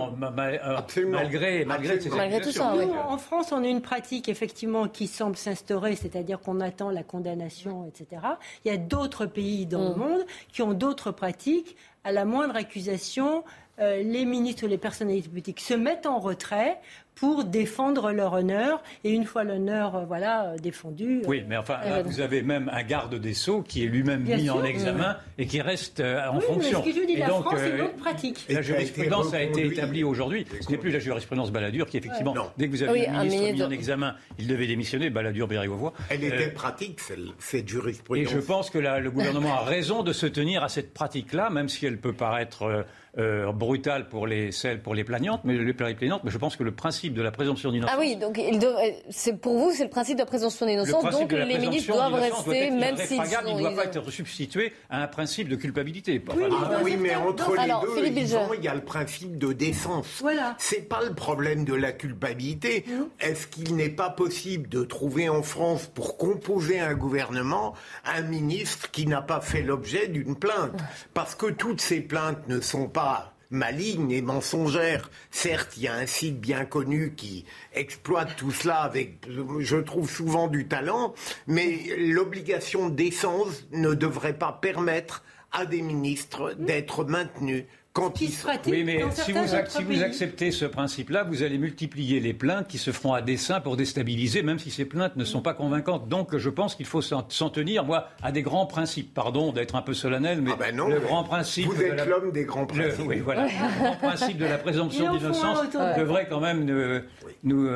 malgré tout ça. Nous, en France, on a une pratique effectivement qui semble s'instaurer, c'est-à-dire qu'on attend la condamnation, etc. Il y a d'autres pays dans le monde qui ont d'autres pratiques. À la moindre accusation, les ministres ou les personnalités politiques se mettent en retrait pour défendre leur honneur. Et une fois l'honneur défendu... Oui, mais enfin, vous avez même un garde des Sceaux qui est lui-même mis en examen et qui reste en fonction. Mais ce que je dis, la France, c'est notre pratique. La jurisprudence a été établie aujourd'hui. Ce n'est plus la jurisprudence Balladur qui, effectivement, dès que vous avez un ministre mis en examen, il devait démissionner. Balladur, Bérégovoy. Elle était pratique, cette jurisprudence. Et je pense que le gouvernement a raison de se tenir à cette pratique-là, même si elle peut paraître brutale pour les plaignantes, mais je pense que le principe de la présomption d'innocence... Ah oui, donc pour vous, c'est le principe de la présomption d'innocence, donc les ministres doivent rester, même s'ils sont... Il ne doit pas être substitué à un principe de culpabilité. Oui, mais entre les deux, il y a le principe de décence. Voilà. C'est pas le problème de la culpabilité. Est-ce qu'il n'est pas possible de trouver en France, pour composer un gouvernement, un ministre qui n'a pas fait l'objet d'une plainte? Parce que toutes ces plaintes ne sont pas malignes et mensongères. Certes, il y a un site bien connu qui exploite tout cela avec, je trouve, souvent du talent, mais l'obligation de décence ne devrait pas permettre à des ministres d'être maintenus quand ils sont... Oui, mais si vous acceptez ce principe-là, vous allez multiplier les plaintes qui se feront à dessein pour déstabiliser, même si ces plaintes ne sont pas convaincantes. Donc je pense qu'il faut s'en tenir, à des grands principes. Pardon d'être un peu solennel, mais le grand principe... Vous êtes l'homme des grands principes. Oui, voilà. Le grand principe de la présomption d'innocence devrait quand même nous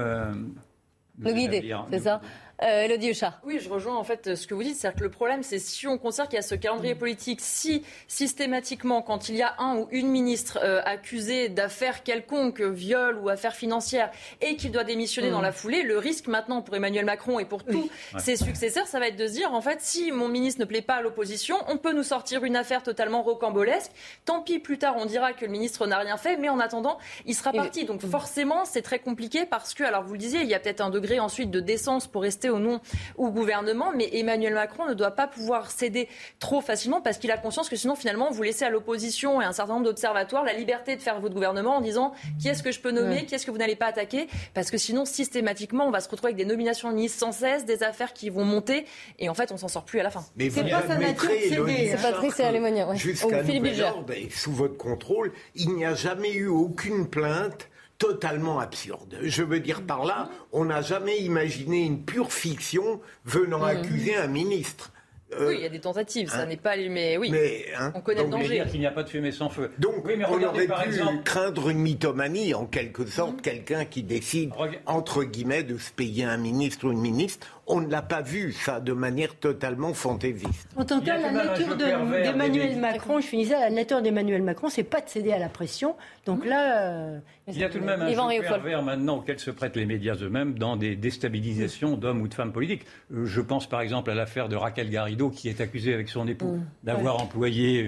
guider, c'est ça. Élodie Huchard. Oui, je rejoins en fait ce que vous dites. C'est-à-dire que le problème, c'est si on considère qu'il y a ce calendrier politique, si systématiquement, quand il y a un ou une ministre accusée d'affaires quelconques, viol ou affaires financières, et qu'il doit démissionner dans la foulée, le risque maintenant pour Emmanuel Macron et pour tous ses successeurs, ça va être de se dire, en fait, si mon ministre ne plaît pas à l'opposition, on peut nous sortir une affaire totalement rocambolesque. Tant pis, plus tard, on dira que le ministre n'a rien fait, mais en attendant, il sera parti. Donc forcément, c'est très compliqué parce que, alors vous le disiez, il y a peut-être un degré ensuite de décence pour rester au gouvernement, mais Emmanuel Macron ne doit pas pouvoir céder trop facilement parce qu'il a conscience que sinon finalement vous laissez à l'opposition et à un certain nombre d'observatoires la liberté de faire votre gouvernement en disant qui est-ce que je peux nommer, qui est-ce que vous n'allez pas attaquer, parce que sinon systématiquement on va se retrouver avec des nominations de ministres sans cesse, des affaires qui vont monter et en fait on s'en sort plus à la fin. Mais c'est pas sa nature de céder. C'est Patricia Lémonière. Jusqu'à nouvel ordre et sous votre contrôle, il n'y a jamais eu aucune plainte totalement absurde. Je veux dire par là, on n'a jamais imaginé une pure fiction venant accuser un ministre. Oui, il y a des tentatives, ça n'est pas... Mais oui, on connaît le danger. Dire qu'il n'y a pas de fumée sans feu. Donc, oui, mais on aurait pu exemple... craindre une mythomanie, en quelque sorte, quelqu'un qui décide, entre guillemets, de se payer un ministre ou une ministre. On ne l'a pas vu, ça, de manière totalement fantaisiste. En tout cas, la nature d'Emmanuel Macron, je finissais, la nature d'Emmanuel Macron, c'est pas de céder à la pression. Donc là... il y a tout de même un jeu pervers maintenant auquel se prêtent les médias eux-mêmes dans des déstabilisations d'hommes ou de femmes politiques. Je pense par exemple à l'affaire de Raquel Garrido, qui est accusée avec son époux d'avoir employé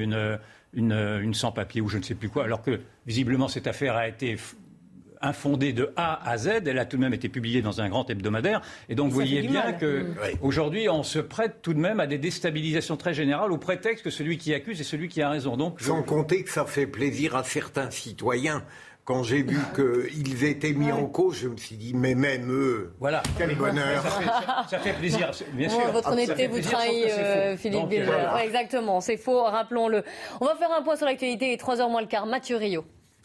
une sans-papier ou je ne sais plus quoi, alors que visiblement cette affaire a été... infondée de A à Z, elle a tout de même été publiée dans un grand hebdomadaire. Et donc, vous voyez bien qu'aujourd'hui, on se prête tout de même à des déstabilisations très générales au prétexte que celui qui accuse est celui qui a raison. Donc, sans compter que ça fait plaisir à certains citoyens. Quand j'ai vu qu'ils étaient mis en cause, je me suis dit, mais même eux, quel bonheur. Ça fait plaisir, bien sûr. Votre honnêteté vous trahit, Philippe Bilger. Exactement, c'est faux, rappelons-le. On va faire un point sur l'actualité, 3h moins le quart. Mathieu Rio.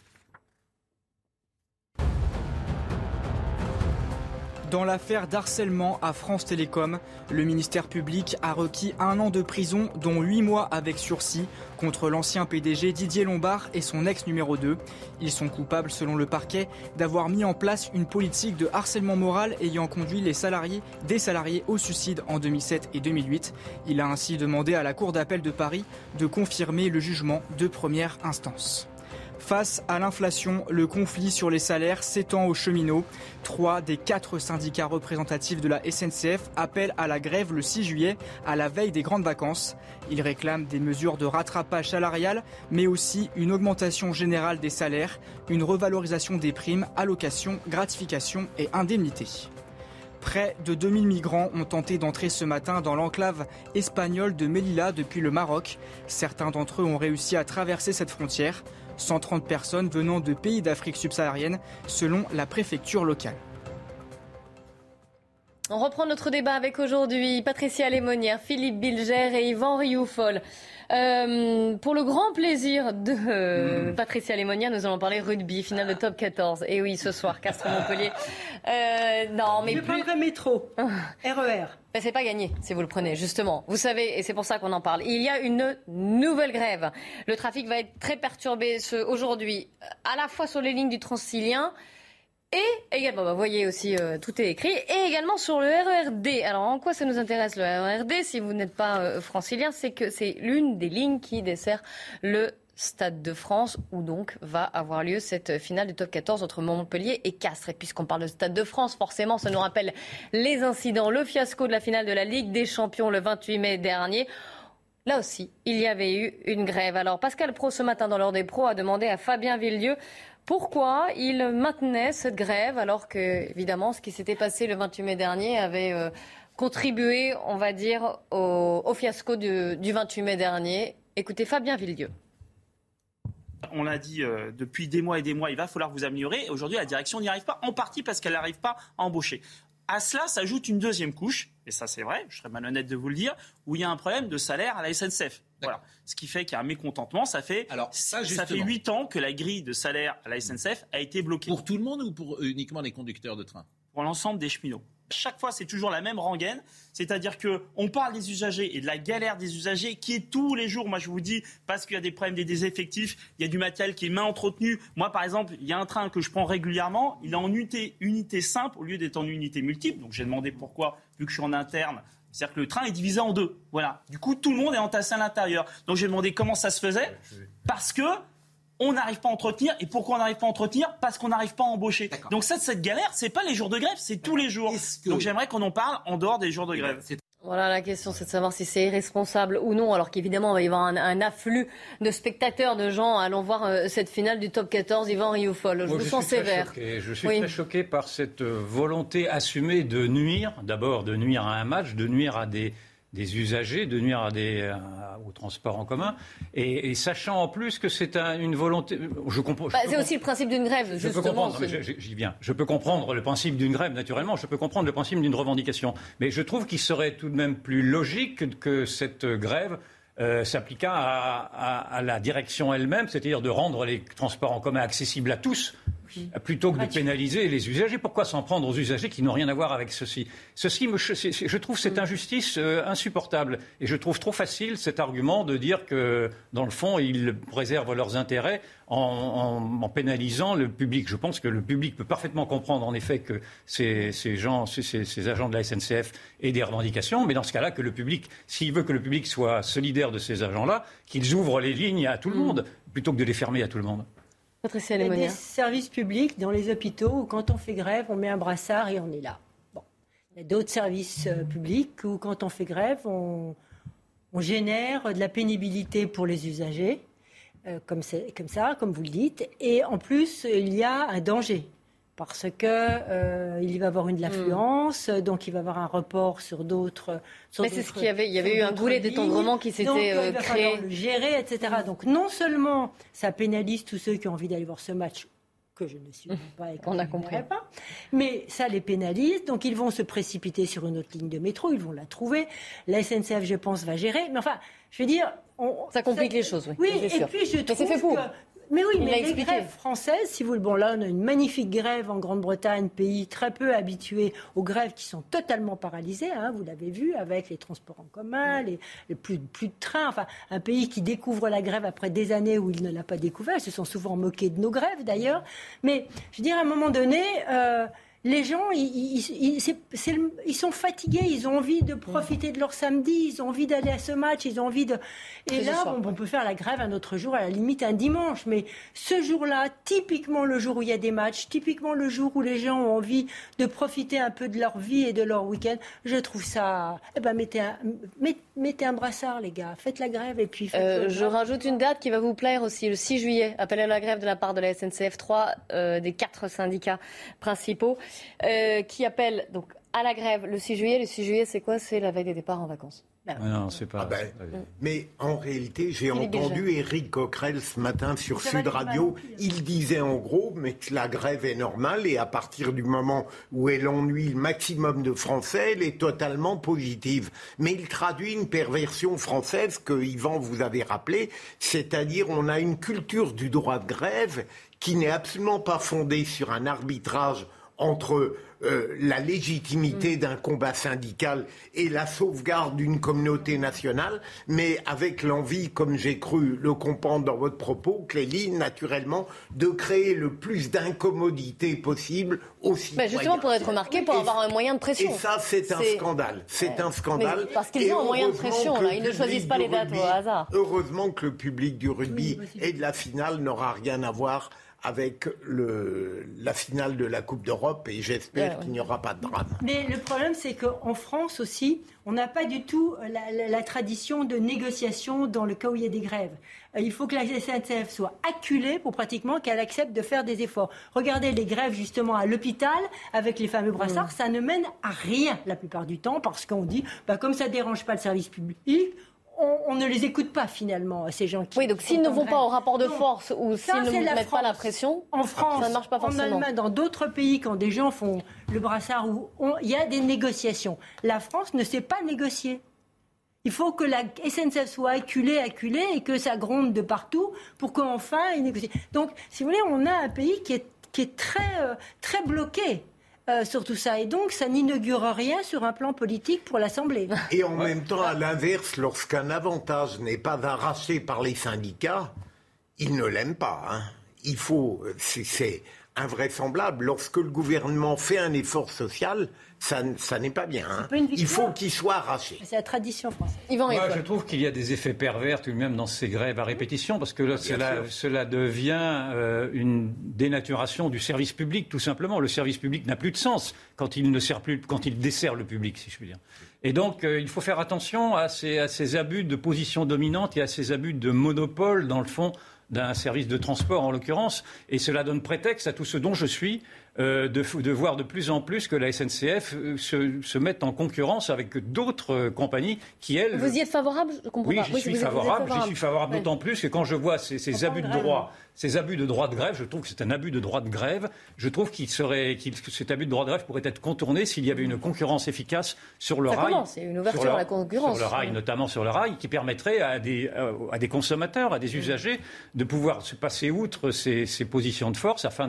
Dans l'affaire d'harcèlement à France Télécom, le ministère public a requis 1 an de prison, dont 8 mois avec sursis, contre l'ancien PDG Didier Lombard et son ex numéro 2. Ils sont coupables, selon le parquet, d'avoir mis en place une politique de harcèlement moral ayant conduit des salariés au suicide en 2007 et 2008. Il a ainsi demandé à la Cour d'appel de Paris de confirmer le jugement de première instance. Face à l'inflation, le conflit sur les salaires s'étend aux cheminots. 3 des 4 syndicats représentatifs de la SNCF appellent à la grève le 6 juillet, à la veille des grandes vacances. Ils réclament des mesures de rattrapage salarial, mais aussi une augmentation générale des salaires, une revalorisation des primes, allocations, gratifications et indemnités. Près de 2000 migrants ont tenté d'entrer ce matin dans l'enclave espagnole de Melilla depuis le Maroc. Certains d'entre eux ont réussi à traverser cette frontière. 130 personnes venant de pays d'Afrique subsaharienne, selon la préfecture locale. On reprend notre débat avec aujourd'hui Patricia Lémonière, Philippe Bilger et Yvan Rioufol. Pour le grand plaisir de Patricia Lémonière, nous allons parler rugby, finale de top 14. Et oui, ce soir, Castres-Montpellier. Non, mais je prendrai métro, RER. Ben, c'est pas gagné si vous le prenez, justement. Vous savez, et c'est pour ça qu'on en parle, il y a une nouvelle grève. Le trafic va être très perturbé aujourd'hui, à la fois sur les lignes du Transilien et également, vous voyez aussi, tout est écrit, et également sur le RERD. Alors, en quoi ça nous intéresse le RERD si vous n'êtes pas francilien? C'est que c'est l'une des lignes qui dessert le Stade de France, où donc va avoir lieu cette finale du top 14 entre Montpellier et Castres. Et puisqu'on parle de Stade de France, forcément, ça nous rappelle les incidents, le fiasco de la finale de la Ligue des Champions le 28 mai dernier. Là aussi, il y avait eu une grève. Alors, Pascal Praud, ce matin, dans l'heure des pros, a demandé à Fabien Villedieu pourquoi il maintenait cette grève, alors que, évidemment, ce qui s'était passé le 28 mai dernier avait contribué, on va dire, au fiasco du 28 mai dernier. Écoutez Fabien Villedieu. On l'a dit depuis des mois et des mois, il va falloir vous améliorer. Et aujourd'hui, la direction n'y arrive pas, en partie parce qu'elle n'arrive pas à embaucher. À cela s'ajoute une deuxième couche, et ça c'est vrai, je serais malhonnête de vous le dire, où il y a un problème de salaire à la SNCF. Voilà. Ce qui fait qu'il y a un mécontentement. Ça fait 8 ans que la grille de salaire à la SNCF a été bloquée. Pour tout le monde ou pour uniquement les conducteurs de train ? Pour l'ensemble des cheminots. Chaque fois, c'est toujours la même rengaine, c'est-à-dire qu'on parle des usagers et de la galère des usagers qui est tous les jours, moi je vous dis, parce qu'il y a des problèmes des effectifs, il y a du matériel qui est mal entretenu. Moi par exemple, il y a un train que je prends régulièrement, il est en unité simple au lieu d'être en unité multiple, donc j'ai demandé pourquoi, vu que je suis en interne. C'est-à-dire que le train est divisé en deux. Voilà. Du coup, tout le monde est entassé à l'intérieur. Donc j'ai demandé comment ça se faisait, parce que on n'arrive pas à entretenir. Et pourquoi on n'arrive pas à entretenir ? Parce qu'on n'arrive pas à embaucher. D'accord. Donc cette galère, c'est pas les jours de grève, c'est tous les jours. Donc j'aimerais qu'on en parle en dehors des jours de grève. Voilà, la question, c'est de savoir si c'est irresponsable ou non, alors qu'évidemment, il va y avoir un afflux de spectateurs, de gens allant voir cette finale du top 14, Yvan Rioufol. Je vous sens sévère. Je suis très choqué par cette volonté assumée de nuire, d'abord de nuire à un match, de nuire à des usagers, de nuire au transport en commun, et sachant en plus que c'est une volonté... c'est aussi le principe d'une grève, justement. J'y viens. Je peux comprendre le principe d'une grève, naturellement, je peux comprendre le principe d'une revendication, mais je trouve qu'il serait tout de même plus logique que cette grève s'appliquât à la direction elle-même, c'est-à-dire de rendre les transports en commun accessibles à tous, plutôt que de pénaliser les usagers. Pourquoi s'en prendre aux usagers qui n'ont rien à voir avec ceci ? Je trouve cette injustice insupportable. Et je trouve trop facile cet argument de dire que, dans le fond, ils préservent leurs intérêts en pénalisant le public. Je pense que le public peut parfaitement comprendre, en effet, que ces agents de la SNCF aient des revendications. Mais dans ce cas-là, que le public, s'il veut que le public soit solidaire de ces agents-là, qu'ils ouvrent les lignes à tout le monde, plutôt que de les fermer à tout le monde. Il y a des services publics dans les hôpitaux où quand on fait grève, on met un brassard et on est là. Bon. Il y a d'autres services publics où quand on fait grève, on génère de la pénibilité pour les usagers, comme ça, comme vous le dites. Et en plus, il y a un danger. Parce que il va y avoir de l'affluence, donc il va y avoir un report sur d'autres. Mais c'est ce qu'il y avait. Il y avait eu un goulet d'étendrement qui s'était créé. Il va falloir le gérer, etc. Donc non seulement ça pénalise tous ceux qui ont envie d'aller voir ce match, que je ne suis pas et on a compris. Pas, mais ça les pénalise. Donc ils vont se précipiter sur une autre ligne de métro, ils vont la trouver. La SNCF, je pense, va gérer. Mais enfin, je veux dire, ça complique les choses. Oui, et puis je trouve que. Mais oui, mais les grèves françaises, si vous le... Bon, là, on a une magnifique grève en Grande-Bretagne, pays très peu habitué aux grèves qui sont totalement paralysées, vous l'avez vu, avec les transports en commun, les plus de trains, enfin, un pays qui découvre la grève après des années où il ne l'a pas découvert. Ils se sont souvent moqués de nos grèves, d'ailleurs. Mais, je veux dire, à un moment donné... les gens, ils sont fatigués, ils ont envie de profiter de leur samedi, ils ont envie d'aller à ce match, ils ont envie de... Et là, on peut faire la grève un autre jour, à la limite un dimanche. Mais ce jour-là, typiquement le jour où il y a des matchs, typiquement le jour où les gens ont envie de profiter un peu de leur vie et de leur week-end, je trouve ça... mettez un brassard, les gars, faites la grève et puis... je rajoute une date qui va vous plaire aussi, le 6 juillet, appel à la grève de la part de la SNCF, 3 des 4 syndicats principaux. Qui appelle donc à la grève le 6 juillet. Le 6 juillet, c'est quoi ? C'est la veille des départs en vacances. Non, c'est pas... Mais en réalité, j'ai entendu Éric Coquerel ce matin sur Sud Radio. Il disait en gros mais que la grève est normale et à partir du moment où elle ennuie le maximum de Français, elle est totalement positive. Mais il traduit une perversion française que Yvan vous avait rappelé, c'est-à-dire on a une culture du droit de grève qui n'est absolument pas fondée sur un arbitrage entre la légitimité d'un combat syndical et la sauvegarde d'une communauté nationale, mais avec l'envie, comme j'ai cru le comprendre dans votre propos, Clélie, naturellement, de créer le plus d'incommodité possible aux citoyens. Justement pour être remarqué, pour avoir un moyen de pression. Et ça, c'est un scandale. C'est un scandale. Mais parce qu'ils ont un moyen de pression, là. Ils ne choisissent pas les dates au hasard. Heureusement que le public du rugby et de la finale n'aura rien à voir avec la finale de la Coupe d'Europe, et j'espère qu'il n'y aura pas de drame. Mais le problème, c'est qu'en France aussi, on n'a pas du tout la tradition de négociation dans le cas où il y a des grèves. Il faut que la SNCF soit acculée pour pratiquement qu'elle accepte de faire des efforts. Regardez les grèves justement à l'hôpital avec les fameux brassards, ça ne mène à rien la plupart du temps parce qu'on dit, comme ça ne dérange pas le service public, on ne les écoute pas finalement, ces gens qui... Oui, donc s'ils ne vont pas au rapport de force ou s'ils ne mettent pas la pression, en France, ça ne marche pas forcément. En Allemagne, dans d'autres pays, quand des gens font le brassard, il y a des négociations. La France ne sait pas négocier. Il faut que la SNCF soit acculée et que ça gronde de partout pour qu'enfin ils négocient. Donc, si vous voulez, on a un pays qui est très bloqué. Sur tout ça. Et donc, ça n'inaugure rien sur un plan politique pour l'Assemblée. Et en même temps, à l'inverse, lorsqu'un avantage n'est pas arraché par les syndicats, ils ne l'aiment pas. Il faut... C'est invraisemblable. Lorsque le gouvernement fait un effort social, ça n'est pas bien. Il faut qu'il soit arraché. C'est la tradition française. Moi, je trouve qu'il y a des effets pervers tout de même dans ces grèves à répétition, parce que là, cela devient une dénaturation du service public, tout simplement. Le service public n'a plus de sens quand il dessert le public, si je puis dire. Et donc, il faut faire attention à ces abus de position dominante et à ces abus de monopole, dans le fond, d'un service de transport en l'occurrence, et cela donne prétexte à tout ce dont je suis de voir de plus en plus que la SNCF se mette en concurrence avec d'autres compagnies qui, elles... Vous y êtes favorable? Je comprends pas. J'y suis favorable, d'autant plus que quand je vois ces abus de droit, ces abus de droit de grève, je trouve que c'est un abus de droit de grève. Je trouve que cet abus de droit de grève pourrait être contourné s'il y avait une concurrence efficace sur le rail. C'est une ouverture à la concurrence. Sur le rail, notamment sur le rail, qui permettrait à des consommateurs, à des usagers, de pouvoir se passer outre ces positions de force afin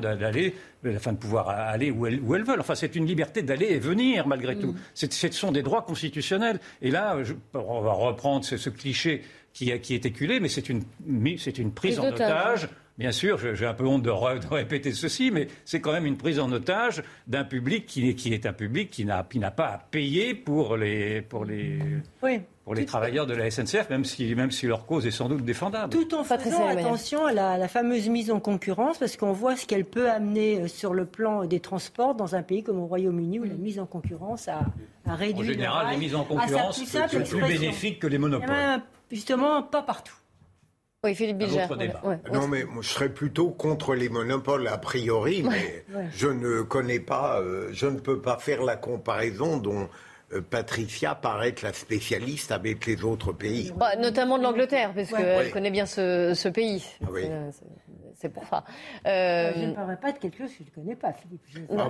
de pouvoir aller où elles veulent. Enfin, c'est une liberté d'aller et venir, malgré tout. Ce sont des droits constitutionnels. Et là, on va reprendre ce cliché qui est éculé, mais c'est une prise en otage. Bien sûr, j'ai un peu honte de répéter ceci, mais c'est quand même une prise en otage d'un public qui est un public qui n'a pas à payer pour les travailleurs de la SNCF, même si leur cause est sans doute défendable. Tout en faisant attention à la fameuse mise en concurrence, parce qu'on voit ce qu'elle peut amener sur le plan des transports dans un pays comme au Royaume-Uni, où la mise en concurrence a réduit... En général, les mises en concurrence sont plus bénéfiques que les monopoles. Justement, pas partout. Oui, Philippe Bilger. Non, mais moi, je serais plutôt contre les monopoles a priori, mais je ne connais pas, je ne peux pas faire la comparaison dont Patricia paraît être la spécialiste avec les autres pays. Notamment de l'Angleterre, parce qu'elle connaît bien ce pays. Ah, oui. C'est pour ça. Je ne parlerai pas de quelque chose que je ne connais pas, Philippe.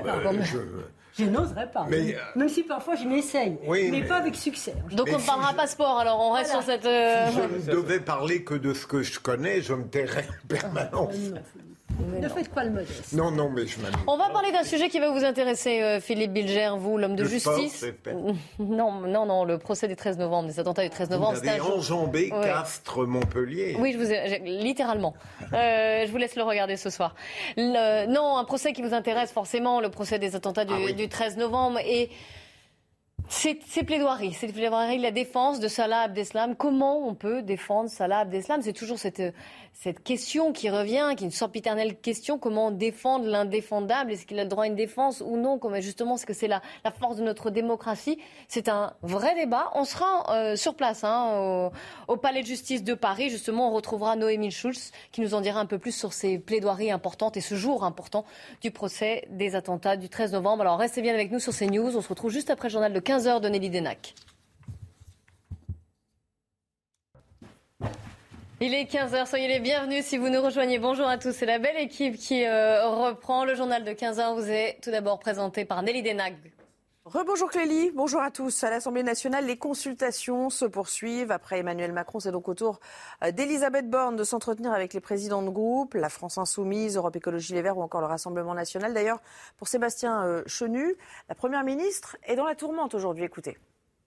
Je n'oserais pas. Même si parfois je m'essaye, mais pas avec succès. Donc on ne parlera pas sport, alors on reste sur cette... Si je ne devais parler que de ce que je connais, je me tairais en permanence. Ne faites pas le modeste. Non, mais je m'amuse. On va parler d'un sujet qui va vous intéresser, Philippe Bilger, vous, l'homme de justice. Non, le procès des 13 novembre, des attentats du 13 novembre. Vous avez enjambé Castres, Montpellier. Oui, littéralement. Je vous laisse le regarder ce soir. Un procès qui vous intéresse forcément, le procès des attentats du 13 novembre. Et ces plaidoiries, la défense de Salah Abdeslam. Comment on peut défendre Salah Abdeslam? C'est toujours cette question qui revient, qui est une sempiternelle question. Comment défendre l'indéfendable? Est-ce qu'il a le droit à une défense ou non? Justement, est-ce que c'est la force de notre démocratie? C'est un vrai débat. On sera sur place au Palais de justice de Paris. Justement, on retrouvera Noémie Schulz qui nous en dira un peu plus sur ces plaidoiries importantes et ce jour important du procès des attentats du 13 novembre. Alors restez bien avec nous sur CNews. On se retrouve juste après le journal de 15h de Nelly Denac. Il est 15h, soyez les bienvenus si vous nous rejoignez. Bonjour à tous, c'est la belle équipe qui reprend le journal de 15h. Vous est tout d'abord présenté par Nelly Denac. Rebonjour Clélie, bonjour à tous. À l'Assemblée nationale, les consultations se poursuivent. Après Emmanuel Macron, c'est donc au tour d'Elisabeth Borne de s'entretenir avec les présidents de groupe, la France Insoumise, Europe Écologie Les Verts ou encore le Rassemblement National. D'ailleurs, pour Sébastien Chenu, la Première ministre est dans la tourmente aujourd'hui. Écoutez.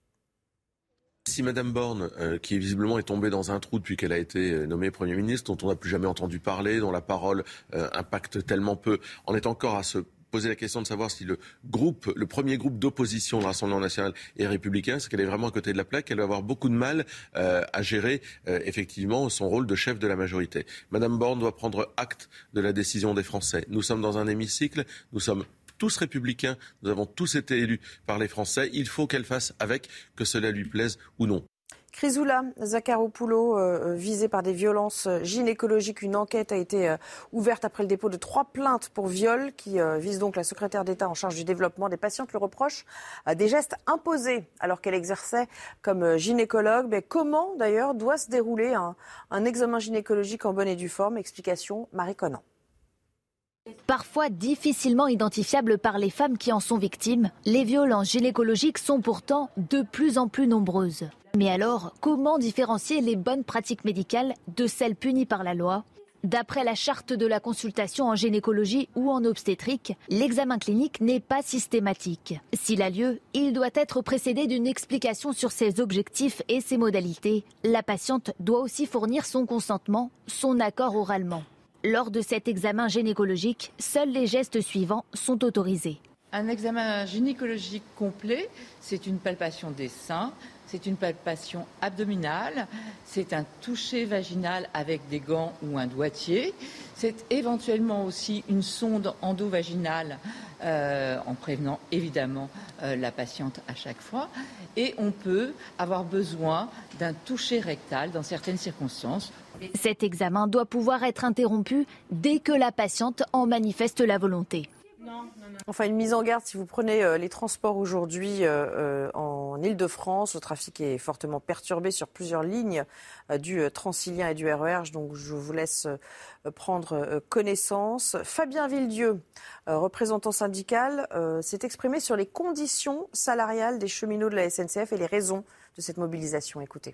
Si Madame Borne, qui visiblement est tombée dans un trou depuis qu'elle a été nommée Premier ministre, dont on n'a plus jamais entendu parler, dont la parole impacte tellement peu, en est encore à se poser la question de savoir si le premier groupe d'opposition de Rassemblement national est républicain, c'est qu'elle est vraiment à côté de la plaque, elle va avoir beaucoup de mal à gérer effectivement son rôle de chef de la majorité. Madame Borne doit prendre acte de la décision des Français. Nous sommes dans un hémicycle, nous sommes tous républicains, nous avons tous été élus par les Français, il faut qu'elle fasse avec, que cela lui plaise ou non. Chrysoula Zakharopoulou, visée par des violences gynécologiques. Une enquête a été ouverte après le dépôt de 3 plaintes pour viol qui visent donc la secrétaire d'État en charge du développement. Des patientes lui reprochent des gestes imposés alors qu'elle exerçait comme gynécologue. Mais comment d'ailleurs doit se dérouler un examen gynécologique en bonne et due forme? Explication Marie Conan. Parfois difficilement identifiables par les femmes qui en sont victimes, les violences gynécologiques sont pourtant de plus en plus nombreuses. Mais alors, comment différencier les bonnes pratiques médicales de celles punies par la loi ? D'après la charte de la consultation en gynécologie ou en obstétrique, l'examen clinique n'est pas systématique. S'il a lieu, il doit être précédé d'une explication sur ses objectifs et ses modalités. La patiente doit aussi fournir son consentement, son accord oralement. Lors de cet examen gynécologique, seuls les gestes suivants sont autorisés. Un examen gynécologique complet, c'est une palpation des seins, c'est une palpation abdominale, c'est un toucher vaginal avec des gants ou un doigtier, c'est éventuellement aussi une sonde endovaginale en prévenant évidemment la patiente à chaque fois. Et on peut avoir besoin d'un toucher rectal dans certaines circonstances. Cet examen doit pouvoir être interrompu dès que la patiente en manifeste la volonté. Enfin, une mise en garde, si vous prenez les transports aujourd'hui en Ile-de-France, le trafic est fortement perturbé sur plusieurs lignes du Transilien et du RER, donc je vous laisse prendre connaissance. Fabien Villedieu, représentant syndical, s'est exprimé sur les conditions salariales des cheminots de la SNCF et les raisons de cette mobilisation. Écoutez.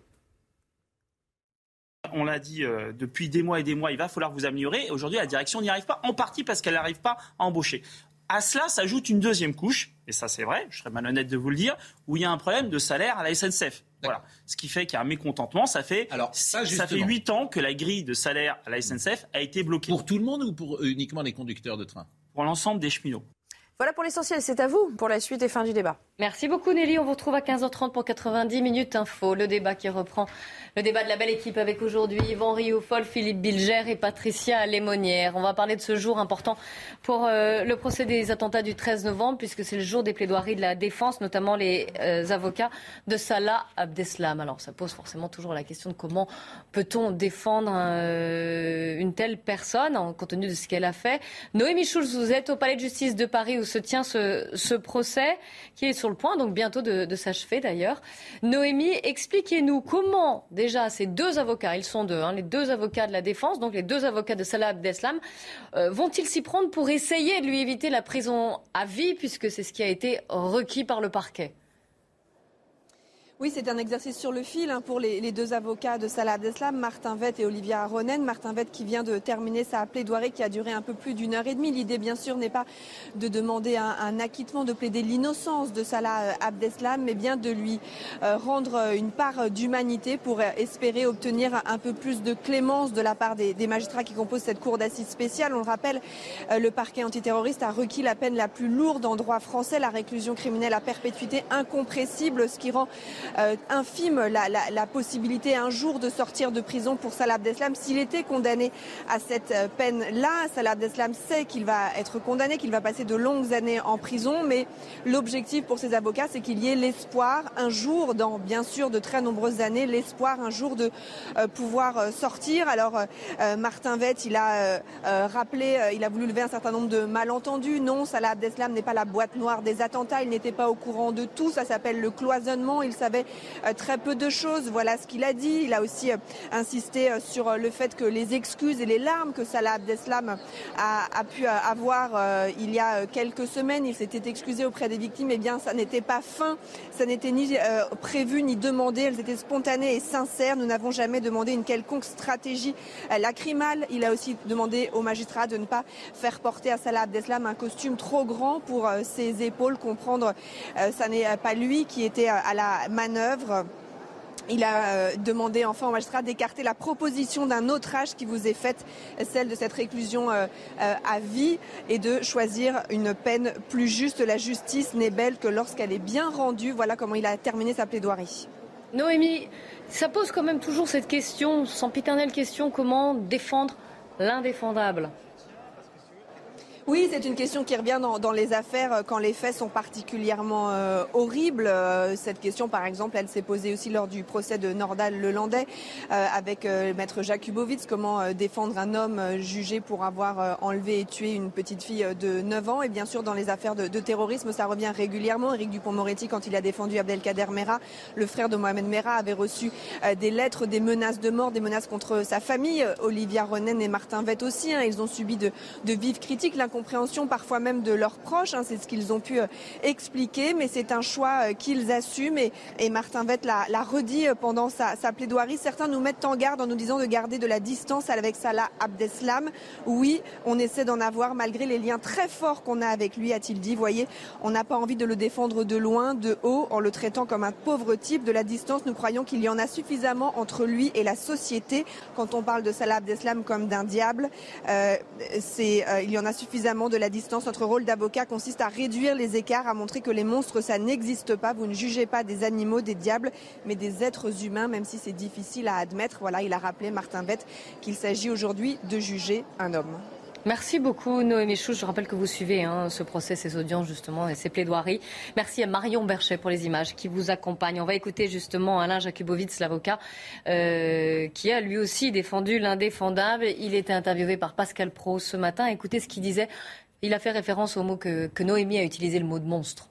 On l'a dit depuis des mois et des mois, il va falloir vous améliorer. Aujourd'hui, la direction n'y arrive pas, en partie parce qu'elle n'arrive pas à embaucher. À cela s'ajoute une deuxième couche, et ça c'est vrai, je serais malhonnête de vous le dire, où il y a un problème de salaire à la SNCF. Voilà. Ce qui fait qu'il y a un mécontentement. Ça fait 8 ans que la grille de salaire à la SNCF a été bloquée. Pour tout le monde ou pour uniquement les conducteurs de train? Pour l'ensemble des cheminots. Voilà pour l'essentiel, c'est à vous pour la suite et fin du débat. Merci beaucoup Nelly, on vous retrouve à 15h30 pour 90 minutes info. Le débat qui reprend, le débat de la belle équipe avec aujourd'hui Yvan Rioufol, Philippe Bilger et Patricia Lémonière. On va parler de ce jour important pour le procès des attentats du 13 novembre puisque c'est le jour des plaidoiries de la défense, notamment les avocats de Salah Abdeslam. Alors ça pose forcément toujours la question de comment peut-on défendre une telle personne compte tenu de ce qu'elle a fait. Noémie Schulz, vous êtes au Palais de justice de Paris où se tient ce procès qui est sur le point, donc bientôt de s'achever d'ailleurs. Noémie, expliquez-nous comment déjà ces deux avocats, ils sont deux, les deux avocats de la défense, donc les deux avocats de Salah Abdeslam, vont-ils s'y prendre pour essayer de lui éviter la prison à vie puisque c'est ce qui a été requis par le parquet? Oui, c'est un exercice sur le fil pour les deux avocats de Salah Abdeslam, Martin Vett et Olivia Ronen. Martin Vett qui vient de terminer sa plaidoirie qui a duré un peu plus d'1h30. L'idée, bien sûr, n'est pas de demander un acquittement, de plaider l'innocence de Salah Abdeslam, mais bien de lui rendre une part d'humanité pour espérer obtenir un peu plus de clémence de la part des magistrats qui composent cette cour d'assises spéciale. On le rappelle, le parquet antiterroriste a requis la peine la plus lourde en droit français, la réclusion criminelle à perpétuité incompressible, ce qui rend infime la possibilité un jour de sortir de prison pour Salah Abdeslam. S'il était condamné à cette peine-là, Salah Abdeslam sait qu'il va être condamné, qu'il va passer de longues années en prison, mais l'objectif pour ses avocats, c'est qu'il y ait l'espoir un jour, dans bien sûr de très nombreuses années, l'espoir un jour de pouvoir sortir. Alors Martin Vett, il a rappelé, il a voulu lever un certain nombre de malentendus. Non, Salah Abdeslam n'est pas la boîte noire des attentats, il n'était pas au courant de tout, ça s'appelle le cloisonnement. Il savait savait très peu de choses. Voilà ce qu'il a dit. Il a aussi insisté sur le fait que les excuses et les larmes que Salah Abdeslam a pu avoir il y a quelques semaines, il s'était excusé auprès des victimes, eh bien ça n'était pas fin, ça n'était ni prévu ni demandé, elles étaient spontanées et sincères. Nous n'avons jamais demandé une quelconque stratégie lacrymale. Il a aussi demandé aux magistrats de ne pas faire porter à Salah Abdeslam un costume trop grand pour ses épaules, comprendre ça n'est pas lui qui était à la manœuvre. Il a demandé enfin aux magistrats d'écarter la proposition d'un autre âge qui vous est faite, celle de cette réclusion à vie, et de choisir une peine plus juste. La justice n'est belle que lorsqu'elle est bien rendue. Voilà comment il a terminé sa plaidoirie. Noémie, ça pose quand même toujours cette question, sempiternelle question, comment défendre l'indéfendable ? Oui, c'est une question qui revient dans les affaires quand les faits sont particulièrement horribles. Cette question, par exemple, elle s'est posée aussi lors du procès de Nordal Lelandais avec maître Jakubowicz. Comment défendre un homme jugé pour avoir enlevé et tué une petite fille de 9 ans. Et bien sûr, dans les affaires de terrorisme, ça revient régulièrement. Éric Dupond-Moretti, quand il a défendu Abdelkader Merah, le frère de Mohamed Merah, avait reçu des lettres, des menaces de mort, des menaces contre sa famille. Olivia Ronen et Martin Vett aussi, ils ont subi de vives critiques. Compréhension parfois même de leurs proches, c'est ce qu'ils ont pu expliquer, mais c'est un choix qu'ils assument et Martin Vett l'a redit pendant sa plaidoirie. Certains nous mettent en garde en nous disant de garder de la distance avec Salah Abdeslam. Oui, on essaie d'en avoir malgré les liens très forts qu'on a avec lui, a-t-il dit. Voyez, on n'a pas envie de le défendre de loin, de haut, en le traitant comme un pauvre type. De la distance, nous croyons qu'il y en a suffisamment entre lui et la société. Quand on parle de Salah Abdeslam comme d'un diable, il y en a suffisamment de la distance. Notre rôle d'avocat consiste à réduire les écarts, à montrer que les monstres, ça n'existe pas. Vous ne jugez pas des animaux, des diables, mais des êtres humains, même si c'est difficile à admettre. Voilà, il a rappelé, Martin Vett, qu'il s'agit aujourd'hui de juger un homme. Merci beaucoup Noémie Schulz. Je rappelle que vous suivez ce procès, ces audiences justement et ces plaidoiries. Merci à Marion Berchet pour les images qui vous accompagnent. On va écouter justement Alain Jakubowicz, l'avocat, qui a lui aussi défendu l'indéfendable. Il était interviewé par Pascal Praud ce matin. Écoutez ce qu'il disait. Il a fait référence au mot que Noémie a utilisé, le mot de monstre.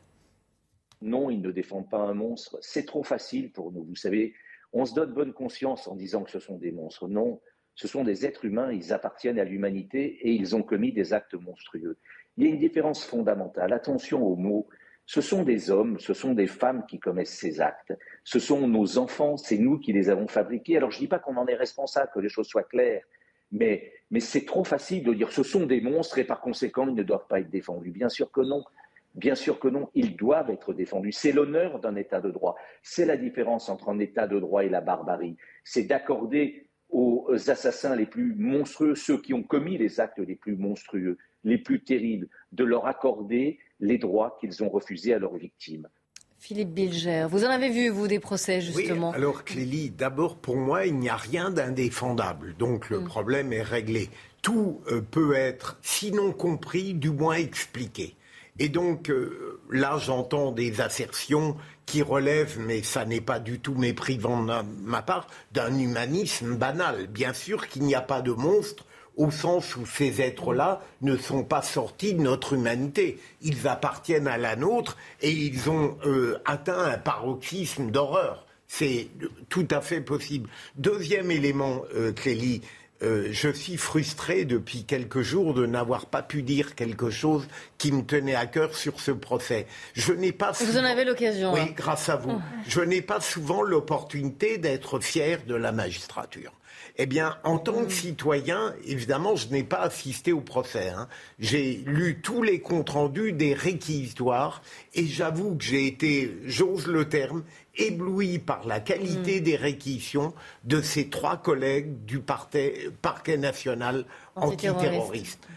Non, ils ne défendent pas un monstre. C'est trop facile pour nous. Vous savez, on se donne bonne conscience en disant que ce sont des monstres. Non. Ce sont des êtres humains, ils appartiennent à l'humanité et ils ont commis des actes monstrueux. Il y a une différence fondamentale. Attention aux mots. Ce sont des hommes, ce sont des femmes qui commettent ces actes. Ce sont nos enfants, c'est nous qui les avons fabriqués. Alors je ne dis pas qu'on en est responsable, que les choses soient claires, mais c'est trop facile de dire ce sont des monstres et par conséquent ils ne doivent pas être défendus. Bien sûr que non. Bien sûr que non, ils doivent être défendus. C'est l'honneur d'un État de droit. C'est la différence entre un État de droit et la barbarie. C'est d'accorder aux assassins les plus monstrueux, ceux qui ont commis les actes les plus monstrueux, les plus terribles, de leur accorder les droits qu'ils ont refusés à leurs victimes. Philippe Bilger, vous en avez vu, vous, des procès, justement. Oui, alors Clélie, d'abord, pour moi, il n'y a rien d'indéfendable. Donc le problème est réglé. Tout peut être, sinon compris, du moins expliqué. Et donc, là, j'entends des assertions qui relèvent, mais ça n'est pas du tout méprisant de ma part, d'un humanisme banal. Bien sûr qu'il n'y a pas de monstre, au sens où ces êtres-là ne sont pas sortis de notre humanité. Ils appartiennent à la nôtre et ils ont atteint un paroxysme d'horreur. C'est tout à fait possible. Deuxième élément, Clélie, je suis frustré depuis quelques jours de n'avoir pas pu dire quelque chose qui me tenait à cœur sur ce procès. Je n'ai pas souvent... Vous en avez l'occasion. Oui, grâce à vous. Je n'ai pas souvent l'opportunité d'être fier de la magistrature. Eh bien, en tant que citoyen, évidemment, je n'ai pas assisté au procès. J'ai lu tous les comptes rendus des réquisitoires et j'avoue que j'ai été, j'ose le terme, ébloui par la qualité des réquisitions de ces 3 collègues du parquet national antiterroriste.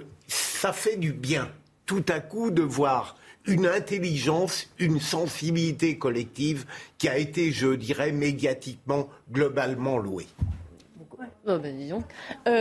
Ça fait du bien, tout à coup, de voir une intelligence, une sensibilité collective qui a été, je dirais, médiatiquement, globalement louée. Oh ben dis donc.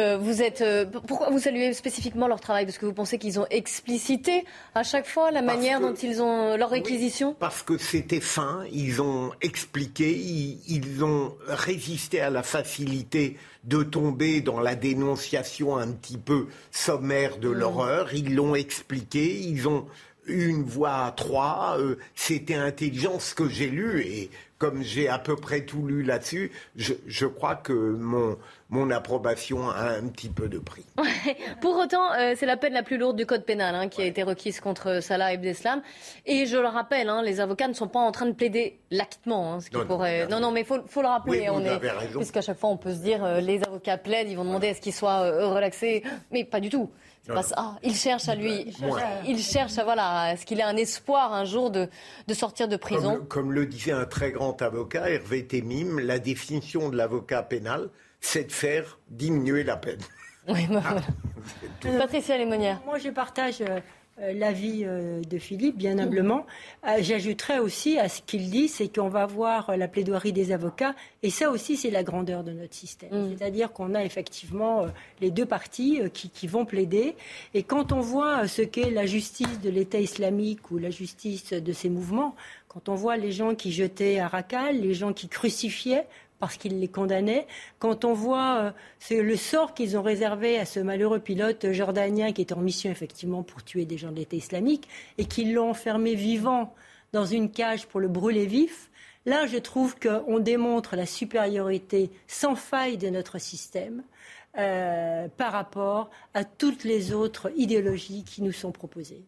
Pourquoi vous saluez spécifiquement leur travail? Parce que vous pensez qu'ils ont explicité à chaque fois la manière dont ils ont leur réquisition? Oui, parce que c'était fin, ils ont expliqué, ils ont résisté à la facilité de tomber dans la dénonciation un petit peu sommaire de l'horreur. Ils l'ont expliqué, ils ont une voix à 3, c'était intelligent ce que j'ai lu, et comme j'ai à peu près tout lu là-dessus, je crois que mon approbation a un petit peu de prix. Pour autant, c'est la peine la plus lourde du code pénal qui a été requise contre Salah Abdeslam. Et je le rappelle, les avocats ne sont pas en train de plaider l'acquittement. Ce qui pourrait... Non, mais il faut le rappeler. Oui, vous avez raison. Puisqu'à chaque fois, on peut se dire, les avocats plaident, ils vont demander à ce qu'ils soient relaxés. Mais pas du tout. C'est pas ça. Il cherche à lui. Il cherche à ce qu'il ait un espoir un jour de sortir de prison. Comme le disait un très grand avocat, Hervé Temim, la définition de l'avocat pénal, c'est de faire diminuer la peine. Oui, Patricia Lémonière. Moi, je partage l'avis de Philippe, bien humblement. J'ajouterais aussi à ce qu'il dit, c'est qu'on va voir la plaidoirie des avocats, et ça aussi, c'est la grandeur de notre système. C'est-à-dire qu'on a effectivement les deux parties qui vont plaider, et quand on voit ce qu'est la justice de l'État islamique ou la justice de ces mouvements, quand on voit les gens qui jetaient à Rakal, les gens qui crucifiaient parce qu'ils les condamnaient, quand on voit le sort qu'ils ont réservé à ce malheureux pilote jordanien qui était en mission effectivement pour tuer des gens de l'État islamique et qu'ils l'ont enfermé vivant dans une cage pour le brûler vif, là je trouve qu'on démontre la supériorité sans faille de notre système par rapport à toutes les autres idéologies qui nous sont proposées.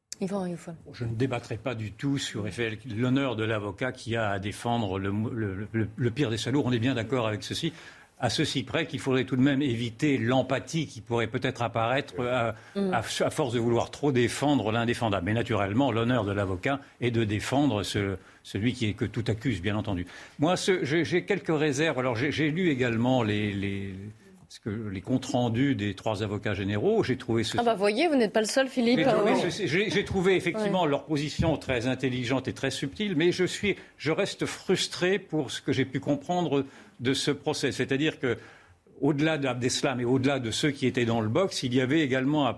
Je ne débattrai pas du tout sur l'honneur de l'avocat qui a à défendre le pire des salauds. On est bien d'accord avec ceci. À ceci près qu'il faudrait tout de même éviter l'empathie qui pourrait peut-être apparaître à force de vouloir trop défendre l'indéfendable. Mais naturellement, l'honneur de l'avocat est de défendre celui que tout accuse, bien entendu. Moi, j'ai quelques réserves. Alors, j'ai lu également les comptes rendus des 3 avocats généraux, j'ai trouvé ceci... voyez, vous n'êtes pas le seul, Philippe. J'ai trouvé effectivement leur position très intelligente et très subtile, mais je reste frustré pour ce que j'ai pu comprendre de ce procès. C'est-à-dire que, au-delà d'Abdeslam et au-delà de ceux qui étaient dans le box, il y avait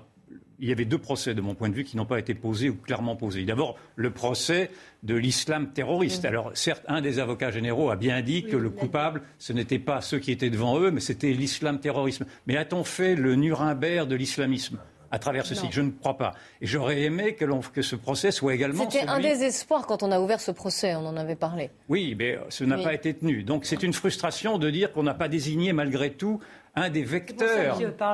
2 procès, de mon point de vue, qui n'ont pas été posés ou clairement posés. D'abord, le procès de l'islam terroriste. Alors, certes, un des avocats généraux a bien dit que le coupable, ce n'était pas ceux qui étaient devant eux, mais c'était l'islam terrorisme. Mais a-t-on fait le Nuremberg de l'islamisme à travers ceci? Je ne crois pas. Et j'aurais aimé que ce procès soit également C'était un désespoir quand on a ouvert ce procès, on en avait parlé. Oui, mais ce n'a pas été tenu. Donc, c'est une frustration de dire qu'on n'a pas désigné malgré tout un des vecteurs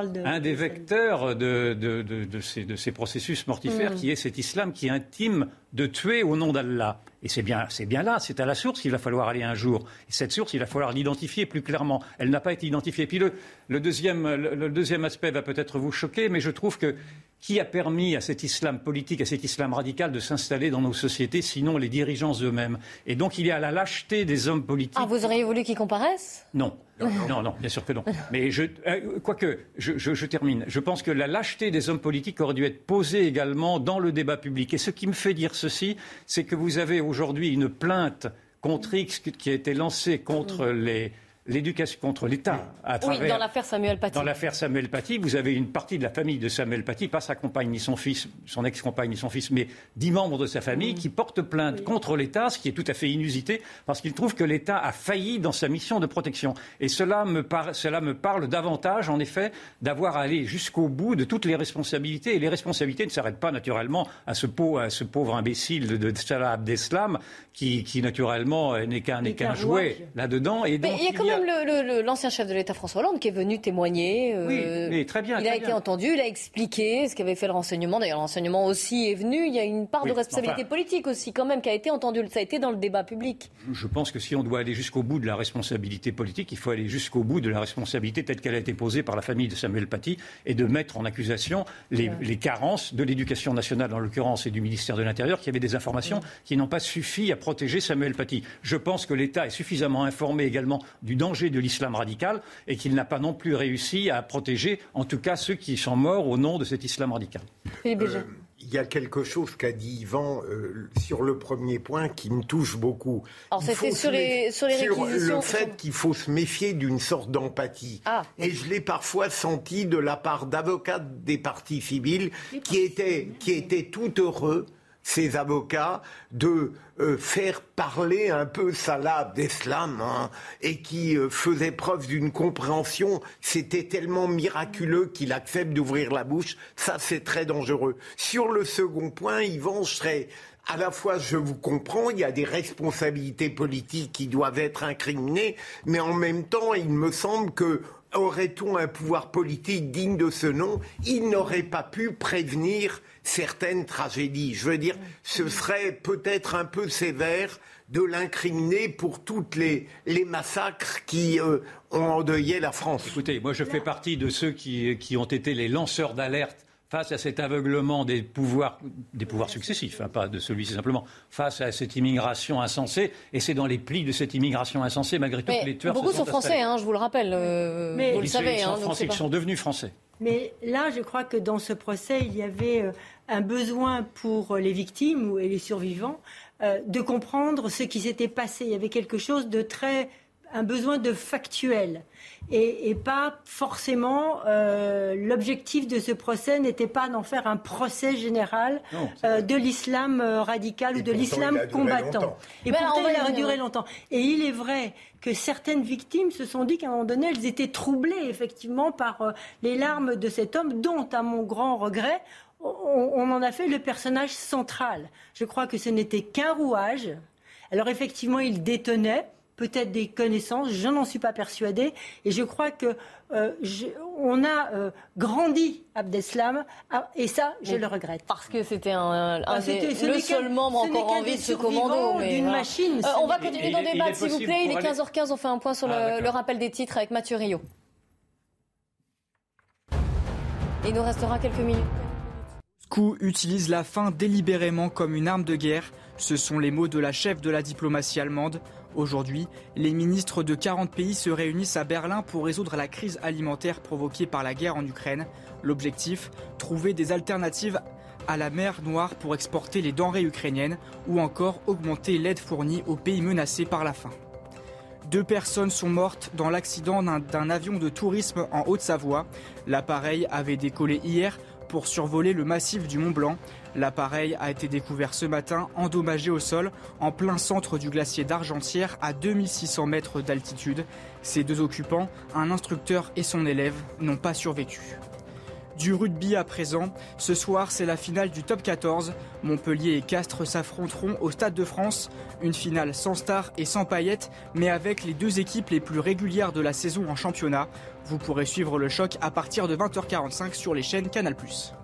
de ces processus mortifères qui est cet islam qui intime de tuer au nom d'Allah. Et c'est bien là, c'est à la source qu'il va falloir aller un jour. Et cette source, il va falloir l'identifier plus clairement. Elle n'a pas été identifiée. Puis le deuxième aspect va peut-être vous choquer, mais je trouve que qui a permis à cet islam politique, à cet islam radical de s'installer dans nos sociétés, sinon les dirigeants eux-mêmes? Et donc il y a la lâcheté des hommes politiques. Ah, vous auriez voulu qu'ils comparaissent? Non, bien sûr que non. Mais je termine. Je pense que la lâcheté des hommes politiques aurait dû être posée également dans le débat public. Et ce qui me fait dire ceci, c'est que vous avez aujourd'hui une plainte contre X qui a été lancée contre l'éducation, contre l'État. Oui, dans l'affaire Samuel Paty. Dans l'affaire Samuel Paty, vous avez une partie de la famille de Samuel Paty, pas sa compagne ni son fils, son ex-compagne ni son fils, mais 10 membres de sa famille qui portent plainte contre l'État, ce qui est tout à fait inusité, parce qu'ils trouvent que l'État a failli dans sa mission de protection. Et cela me parle davantage, en effet, d'avoir allé jusqu'au bout de toutes les responsabilités. Et les responsabilités ne s'arrêtent pas, naturellement, à ce pauvre imbécile de Salah Abdeslam, qui naturellement, n'est qu'un jouet là-dedans. Et donc, il y a quand même l'ancien chef de l'État François Hollande qui est venu témoigner. Oui, mais très bien. Il a été entendu, il a expliqué ce qu'avait fait le renseignement. D'ailleurs, le renseignement aussi est venu. Il y a une part de responsabilité politique aussi, quand même, qui a été entendue. Ça a été dans le débat public. Je pense que si on doit aller jusqu'au bout de la responsabilité politique, il faut aller jusqu'au bout de la responsabilité telle qu'elle a été posée par la famille de Samuel Paty et de mettre en accusation les carences de l'éducation nationale, en l'occurrence, et du ministère de l'Intérieur, qui avaient des informations qui n'ont pas suffi à protéger Samuel Paty. Je pense que l'État est suffisamment informé également du danger de l'islam radical et qu'il n'a pas non plus réussi à protéger, en tout cas, ceux qui sont morts au nom de cet islam radical. Il y a quelque chose qu'a dit Yvan sur le premier point qui me touche beaucoup. Alors, c'était sur les réquisitions. Le fait qu'il faut se méfier d'une sorte d'empathie. Et je l'ai parfois senti de la part d'avocats des partis civils qui étaient tout heureux ses avocats, de faire parler un peu Salah Abdeslam, et qui faisait preuve d'une compréhension. C'était tellement miraculeux qu'il accepte d'ouvrir la bouche. Ça, c'est très dangereux. Sur le second point, Yvan, je serais... À la fois, je vous comprends, il y a des responsabilités politiques qui doivent être incriminées, mais en même temps, il me semble que aurait-on un pouvoir politique digne de ce nom, il n'aurait pas pu prévenir certaines tragédies. Je veux dire, ce serait peut-être un peu sévère de l'incriminer pour toutes les massacres qui ont endeuillé la France. Écoutez, moi je fais partie de ceux qui ont été les lanceurs d'alerte face à cet aveuglement des pouvoirs successifs, pas de celui-ci simplement, face à cette immigration insensée. Et c'est dans les plis de cette immigration insensée, malgré tout, que les tueurs beaucoup se sont sont français, je vous le rappelle. Vous le savez. Ils sont devenus français. Mais là, je crois que dans ce procès, il y avait un besoin pour les victimes et les survivants de comprendre ce qui s'était passé. Il y avait quelque chose de un besoin de factuel. Et pas forcément, l'objectif de ce procès n'était pas d'en faire un procès général de l'islam radical ou de l'islam combattant. Et pourtant, il a duré longtemps. Et il est vrai que certaines victimes se sont dit qu'à un moment donné, elles étaient troublées effectivement par les larmes de cet homme, dont, à mon grand regret, on en a fait le personnage central. Je crois que ce n'était qu'un rouage. Alors effectivement, il détenait peut-être des connaissances, je n'en suis pas persuadée, et je crois que on a grandi Abdeslam, et ça, je le regrette. Parce que c'était le seul membre encore en vie de ce commando. D'une machine. On va continuer dans le débat, s'il vous plaît. Il est 15h15, on fait un point sur le rappel des titres avec Mathieu Rio. Il nous restera quelques minutes. Moscou utilise la faim délibérément comme une arme de guerre. Ce sont les mots de la chef de la diplomatie allemande. Aujourd'hui, les ministres de 40 pays se réunissent à Berlin pour résoudre la crise alimentaire provoquée par la guerre en Ukraine. L'objectif, trouver des alternatives à la mer Noire pour exporter les denrées ukrainiennes ou encore augmenter l'aide fournie aux pays menacés par la faim. 2 personnes sont mortes dans l'accident d'un avion de tourisme en Haute-Savoie. L'appareil avait décollé hier pour survoler le massif du Mont Blanc. L'appareil a été découvert ce matin, endommagé au sol, en plein centre du glacier d'Argentière, à 2600 mètres d'altitude. Ces 2 occupants, un instructeur et son élève, n'ont pas survécu. Du rugby à présent, ce soir c'est la finale du top 14. Montpellier et Castres s'affronteront au Stade de France. Une finale sans stars et sans paillettes, mais avec les 2 équipes les plus régulières de la saison en championnat. Vous pourrez suivre le choc à partir de 20h45 sur les chaînes Canal+.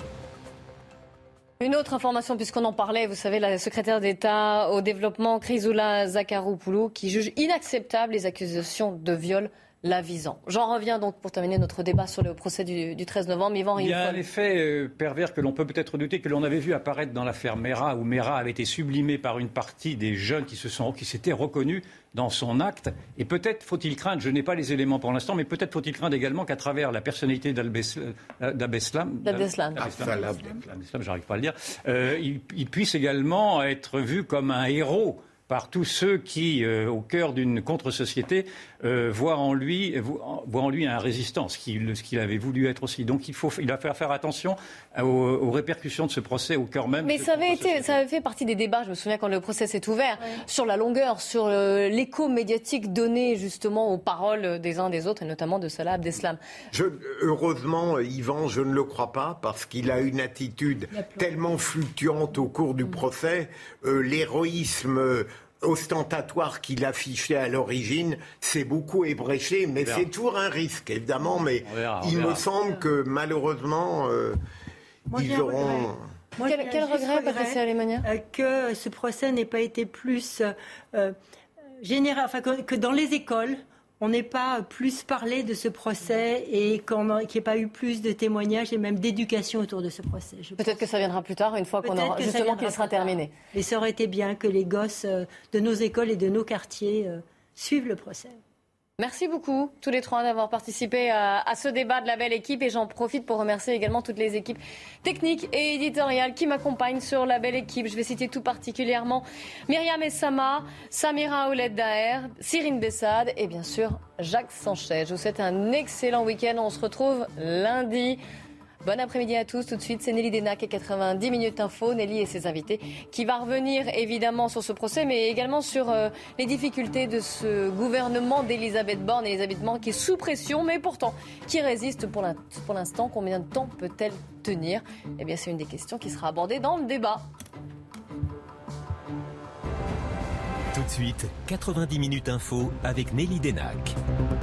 Une autre information, puisqu'on en parlait, vous savez, la secrétaire d'État au développement, Chrysoula Zakharopoulou, qui juge inacceptable les accusations de viol la visant. J'en reviens donc pour terminer notre débat sur le procès du 13 novembre. Yvan Riofol. Il y a un effet pervers que l'on peut peut-être douter, que l'on avait vu apparaître dans l'affaire Mera, où Mera avait été sublimé par une partie des jeunes qui s'étaient reconnus dans son acte. Et peut-être faut-il craindre, je n'ai pas les éléments pour l'instant, mais peut-être faut-il craindre également qu'à travers la personnalité d'Abdeslam, j'arrive pas à le dire, il puisse également être vu comme un héros par tous ceux qui, au cœur d'une contre-société, voient en lui un résistant, ce qu'il avait voulu être aussi. Donc il va falloir faire attention aux répercussions de ce procès au cœur même. Mais ça avait fait partie des débats, je me souviens quand le procès s'est ouvert, sur la longueur, sur l'écho médiatique donné justement aux paroles des uns des autres, et notamment de Salah Abdeslam. Heureusement, Yvan, je ne le crois pas, parce qu'il a une attitude tellement fluctuante au cours du procès, l'héroïsme ostentatoire qu'il affichait à l'origine, c'est beaucoup ébréché, mais c'est toujours un risque, évidemment, mais il me semble que malheureusement, ils auront... Quel regret, Patricia Lemonnier ? Que ce procès n'ait pas été plus général, enfin que dans les écoles, on n'ait pas plus parlé de ce procès et qu'il n'y ait pas eu plus de témoignages et même d'éducation autour de ce procès. Peut-être que ça viendra plus tard, une fois qu'il sera terminé. Et ça aurait été bien que les gosses de nos écoles et de nos quartiers suivent le procès. Merci beaucoup, tous les 3, d'avoir participé à ce débat de la belle équipe. Et j'en profite pour remercier également toutes les équipes techniques et éditoriales qui m'accompagnent sur la belle équipe. Je vais citer tout particulièrement Myriam Essama, Samira Ouled Daher, Cyrine Bessade et bien sûr Jacques Sanchez. Je vous souhaite un excellent week-end. On se retrouve lundi Bon après-midi à tous. Tout de suite, c'est Nelly Denac et 90 minutes info. Nelly et ses invités qui va revenir évidemment sur ce procès, mais également sur les difficultés de ce gouvernement d'Elisabeth Borne. Elisabeth Borne qui est sous pression, mais pourtant qui résiste pour l'instant. Combien de temps peut-elle tenir ? Eh bien, c'est une des questions qui sera abordée dans le débat. Tout de suite, 90 minutes info avec Nelly Denac.